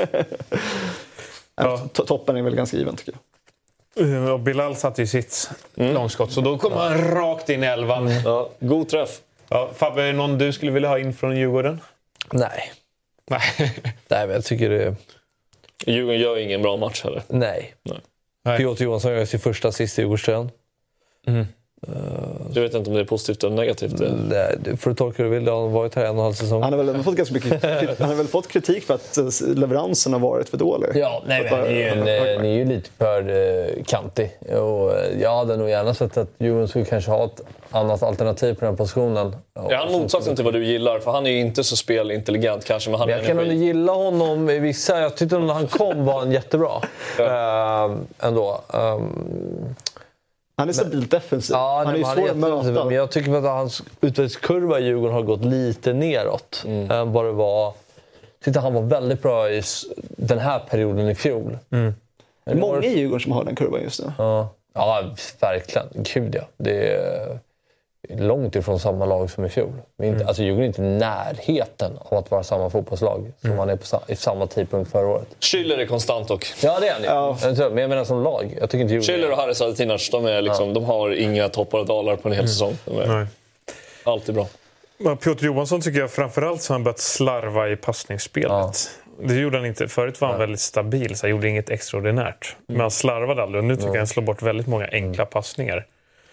ja. Toppen är väl ganska given tycker jag. Och Bilal satte ju sitt mm. långskott så då kommer han ja. rakt in i elvan. Mm. Ja, god träff. Ja, Fabbe, är det någon du skulle vilja ha in från Djurgården? Nej. Nej. Nej, men jag tycker det... Djurgården gör ingen bra match heller. Nej. Nej. Piotr Johansson gör sin första assist i Djurgårdströjan. Mm. Jag vet inte om det är positivt eller negativt. Nej, det får du tolka hur du vill. Han har varit här en och en halv säsong. Han har väl fått ganska mycket han har väl fått kritik för att leveransen har varit för dålig. Ja, nej, men ni är, en, ni är ju lite för uh, kantig. Och jag hade nog gärna sett att Djurgården skulle kanske ha ett annat alternativ på den här positionen. Ja, han motsatsen till vad du gillar, för han är ju inte så spelintelligent kanske. Men han jag kan nog gilla honom i vissa. Jag tyckte när han kom var han jättebra. Ja. Uh, ändå. Um, Han är stabilt defensiv. Ja, han är ju svår att möta. Men jag tycker att hans utvecklingskurva i Djurgården har gått lite neråt. Mm. Än vad det var. Jag tyckte han var väldigt bra i den här perioden i fjol. Mm. Det är många i Djurgården som har den kurvan just nu. Ja, ja verkligen. Gud ja. Det är långt ifrån samma lag som i fjol. Men inte, mm. alltså Djurgården är inte i närheten av att vara samma fotbollslag som mm. man är på i samma tidpunkt förra året. Schüller är konstant och... Ja, det är han ju. Ja. Men jag menar som lag. Jag tycker inte Djurgården... Schüller och Harry Sadetinac, de, är liksom, ja. de har inga toppar och dalar på en hel mm. säsong. De är Nej. alltid bra. Men Piotr Johansson tycker jag framförallt så har han börjat slarva i passningsspelet. Ja. Det gjorde han inte. Förut var han ja. väldigt stabil, så han gjorde inget extraordinärt. Mm. Men han slarvade aldrig och nu tycker jag han slår bort väldigt många enkla passningar.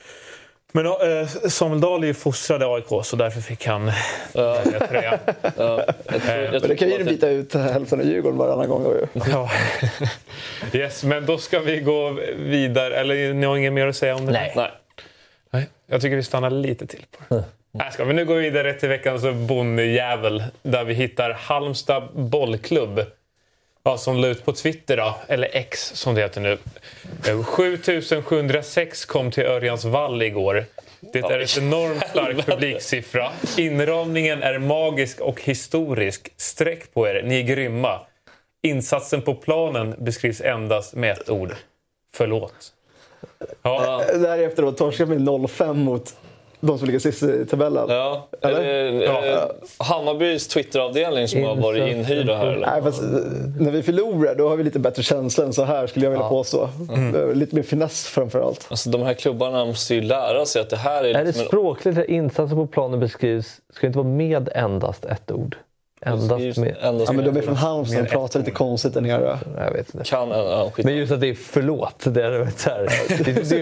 Men äh, Samuel Dahl är ju fostrad i A I K så därför fick han ja. välja tröja. Ja. Jag tror, jag men det kan ju byta ut hälften av Djurgården varannan gång. Ja. Yes, men då ska vi gå vidare. Eller ni har inget mer att säga om det? Nej. Nej. Nej. Jag tycker vi stannar lite till på det. Mm. Här ska vi nu gå vidare till veckans bonnjävel där vi hittar Halmstad bollklubb. Ja, som la ut på Twitter då, eller X som det heter nu. sju tusen sjuhundrasex kom till Örjans vall igår. Det är ett enormt stark publiksiffra. Inramningen är magisk och historisk. Sträck på er, ni är grymma. Insatsen på planen beskrivs endast med ett ord. Förlåt. Ja. Därefter då torskade vi noll fem mot de som ligger sist i tabellen. Ja. Eller? Är det, är det Hammarbys Twitteravdelning som har varit inhyrda här? Eller? Nej, fast, när vi förlorar då har vi lite bättre känsla än så här skulle jag vilja ja. påstå. Mm. Lite mer finess framförallt. Alltså, de här klubbarna måste ju lära sig att det här är... Är det språkligt att insatser på planen beskrivs? Ska inte vara med endast ett ord? Endast med... Endast ja, men de är från Halmstad och pratar lite konstigt där nere. Jag vet inte. Kan, ja, men just att det är förlåt. Det är så här. Det, det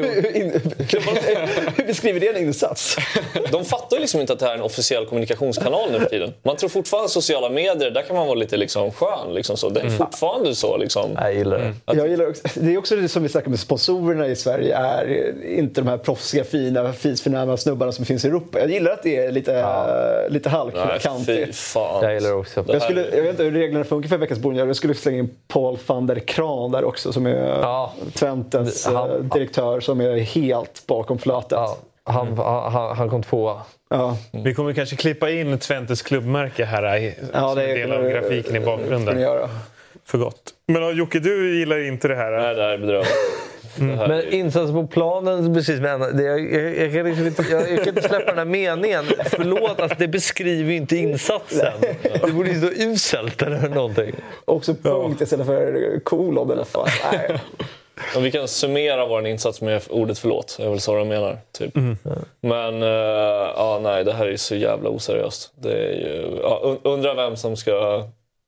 är... Hur beskriver det en insats? De fattar ju liksom inte att det här är en officiell kommunikationskanal nu för tiden. Man tror fortfarande sociala medier, där kan man vara lite liksom skön. Liksom så. Det är fortfarande så. Liksom. Jag gillar det. Mm. Att... Jag gillar också, det är också det som vi snackar med sponsorerna i Sverige. Är inte de här proffsiga, fina, fisförnäma snubbarna som finns i Europa. Jag gillar att det är lite, ja. lite halvkantigt. Jag gillar också. Jag, skulle, jag vet inte hur reglerna funkar för veckans bonus. Jag skulle slänga in Paul van der Kraan där också, som är ja. Twentes han, direktör, som är helt bakom flötet. Ja. Han, mm. han, han kom tvåa. Ja. Mm. Vi kommer kanske klippa in Twentes klubbmärke här i ja, det är del av grafiken i bakgrunden. För gott. Men Jocke, du gillar inte det här? Nej, det här är bedrövligt. Mm. Men insats på planen, precis, men det, jag, jag, jag, kan liksom inte, jag, jag kan inte släppa den här meningen. Förlåt, alltså, det beskriver inte insatsen. Det borde ju stå uselt eller någonting. Också punkt ja. istället för kolon eller fan. Nej. Och vi kan summera vår insats med ordet förlåt. Det är väl så de menar. Typ. Mm. Men uh, ja, nej, det här är så jävla oseriöst. Det är ju, ja, undrar vem som ska...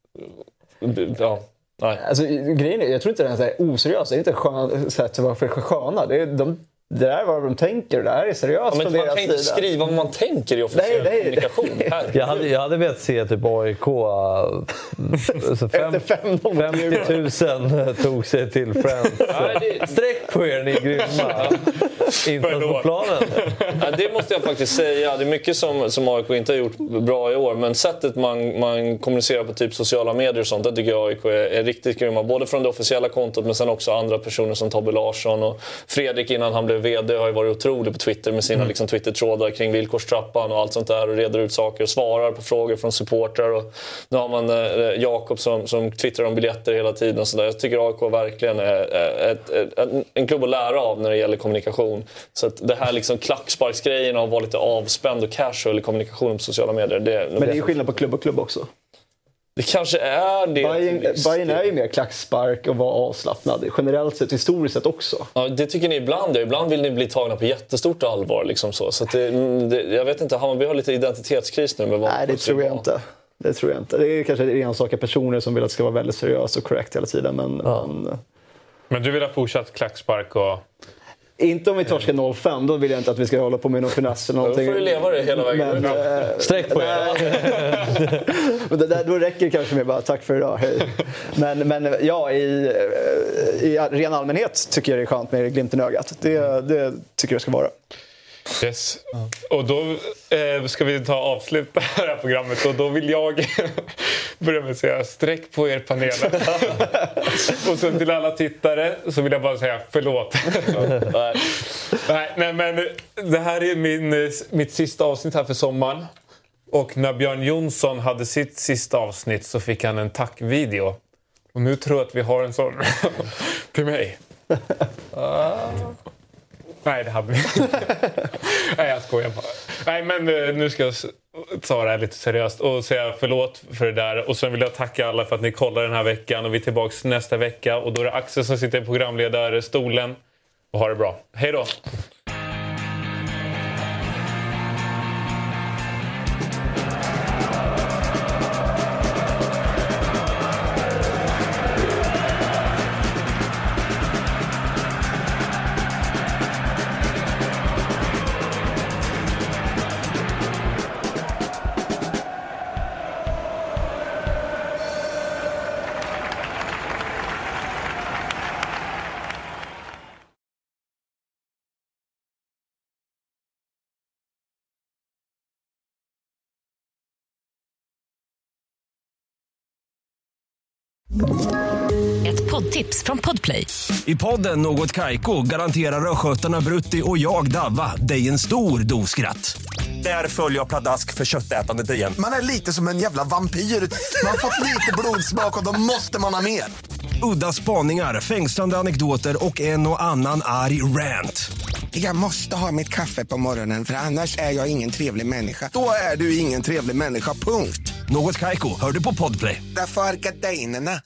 Ja. Nej. Alltså, grejen är, jag tror inte det är oseriöst. Det är inte skön, sätt att vara för sköna. Det är, de, det där är vad de tänker. Det här är seriöst ja, men från man deras kan inte sida. skriva vad man tänker i officiell nej, nej. kommunikation. Här. Jag hade, jag hade velat se typ A I K. Alltså fem, femtio tusen tog sig till Friends. Nej, det... Sträck på er, ni är grymma. Insats på planen. Ja, det måste jag faktiskt säga. Det är mycket som, som A I K inte har gjort bra i år. Men sättet man, man kommunicerar på typ sociala medier och sånt, det tycker jag A I K är, är riktigt grymma. Både från det officiella kontot, men sen också andra personer som Tobbe Larsson och Fredrik innan han blev vd har ju varit otrolig på Twitter med sina mm. liksom, Twitter-trådar kring villkorstrappan och allt sånt där och reder ut saker och svarar på frågor från supportrar. Och nu har man eh, Jakob som, som twittrar om biljetter hela tiden och sådär. Jag tycker A I K verkligen är ett, ett, ett, en klubb att lära av när det gäller kommunikation. Så att det här liksom klacksparksgrejen av att vara lite avspänd och casual i kommunikation på sociala medier. Det, men det är skillnad på klubb och klubb också. Det kanske är det. Bayern, Bayern är ju mer klackspark och vara avslappnad. Generellt sett, historiskt sett också. Ja, det tycker ni ibland. Ibland vill ni bli tagna på jättestort allvar. Liksom så. Så att det, det, jag vet inte, Hammarby har lite identitetskris nu. Med vad Nej, det tror jag inte. Det tror jag inte. Det är kanske enstaka personer som vill att det ska vara väldigt seriöst och korrekt hela tiden. Men, ja. men, men du vill ha fortsatt klackspark och... Inte om vi torskar noll fem, då vill jag inte att vi ska hålla på med någon finess eller någonting. Då får du leva det hela vägen. Men, äh, Sträck på er. Men det där, då räcker det kanske med bara tack för idag, hej. Men, men ja, i, i ren allmänhet tycker jag det är skönt med glimten i ögat. Det, det tycker jag ska vara. Yes. Och då eh, ska vi ta avsluta det här programmet och då vill jag börja med att säga sträck på er panelen. Och sen till alla tittare så vill jag bara säga förlåt. nej. nej, nej, men det här är min, mitt sista avsnitt här för sommaren. Och när Björn Jonsson hade sitt sista avsnitt så fick han en tackvideo. Och nu tror jag att vi har en sån till mig. Nej, det hade vi inte. Nej, jag skojar bara. Nej, men nu ska jag ta det här lite seriöst och säga förlåt för det där. Och sen vill jag tacka alla för att ni kollar den här veckan. Och vi är tillbaka nästa vecka. Och då är det Axel som sitter i programledarstolen. Och ha det bra. Hej då! Ett poddtips från Podplay. I podden Något Kaiko garanterar röskötarna Brutti och jag Davva dig en stor doskratt. Där följer jag pladask för köttätandet igen. Man är lite som en jävla vampyr. Man har fått lite blodsmak och då måste man ha mer. Udda spaningar, fängslande anekdoter och en och annan arg rant. Jag måste ha mitt kaffe på morgonen för annars är jag ingen trevlig människa. Då är du ingen trevlig människa, punkt. Något Kaiko, hör du på Podplay. Därför är gardinerna.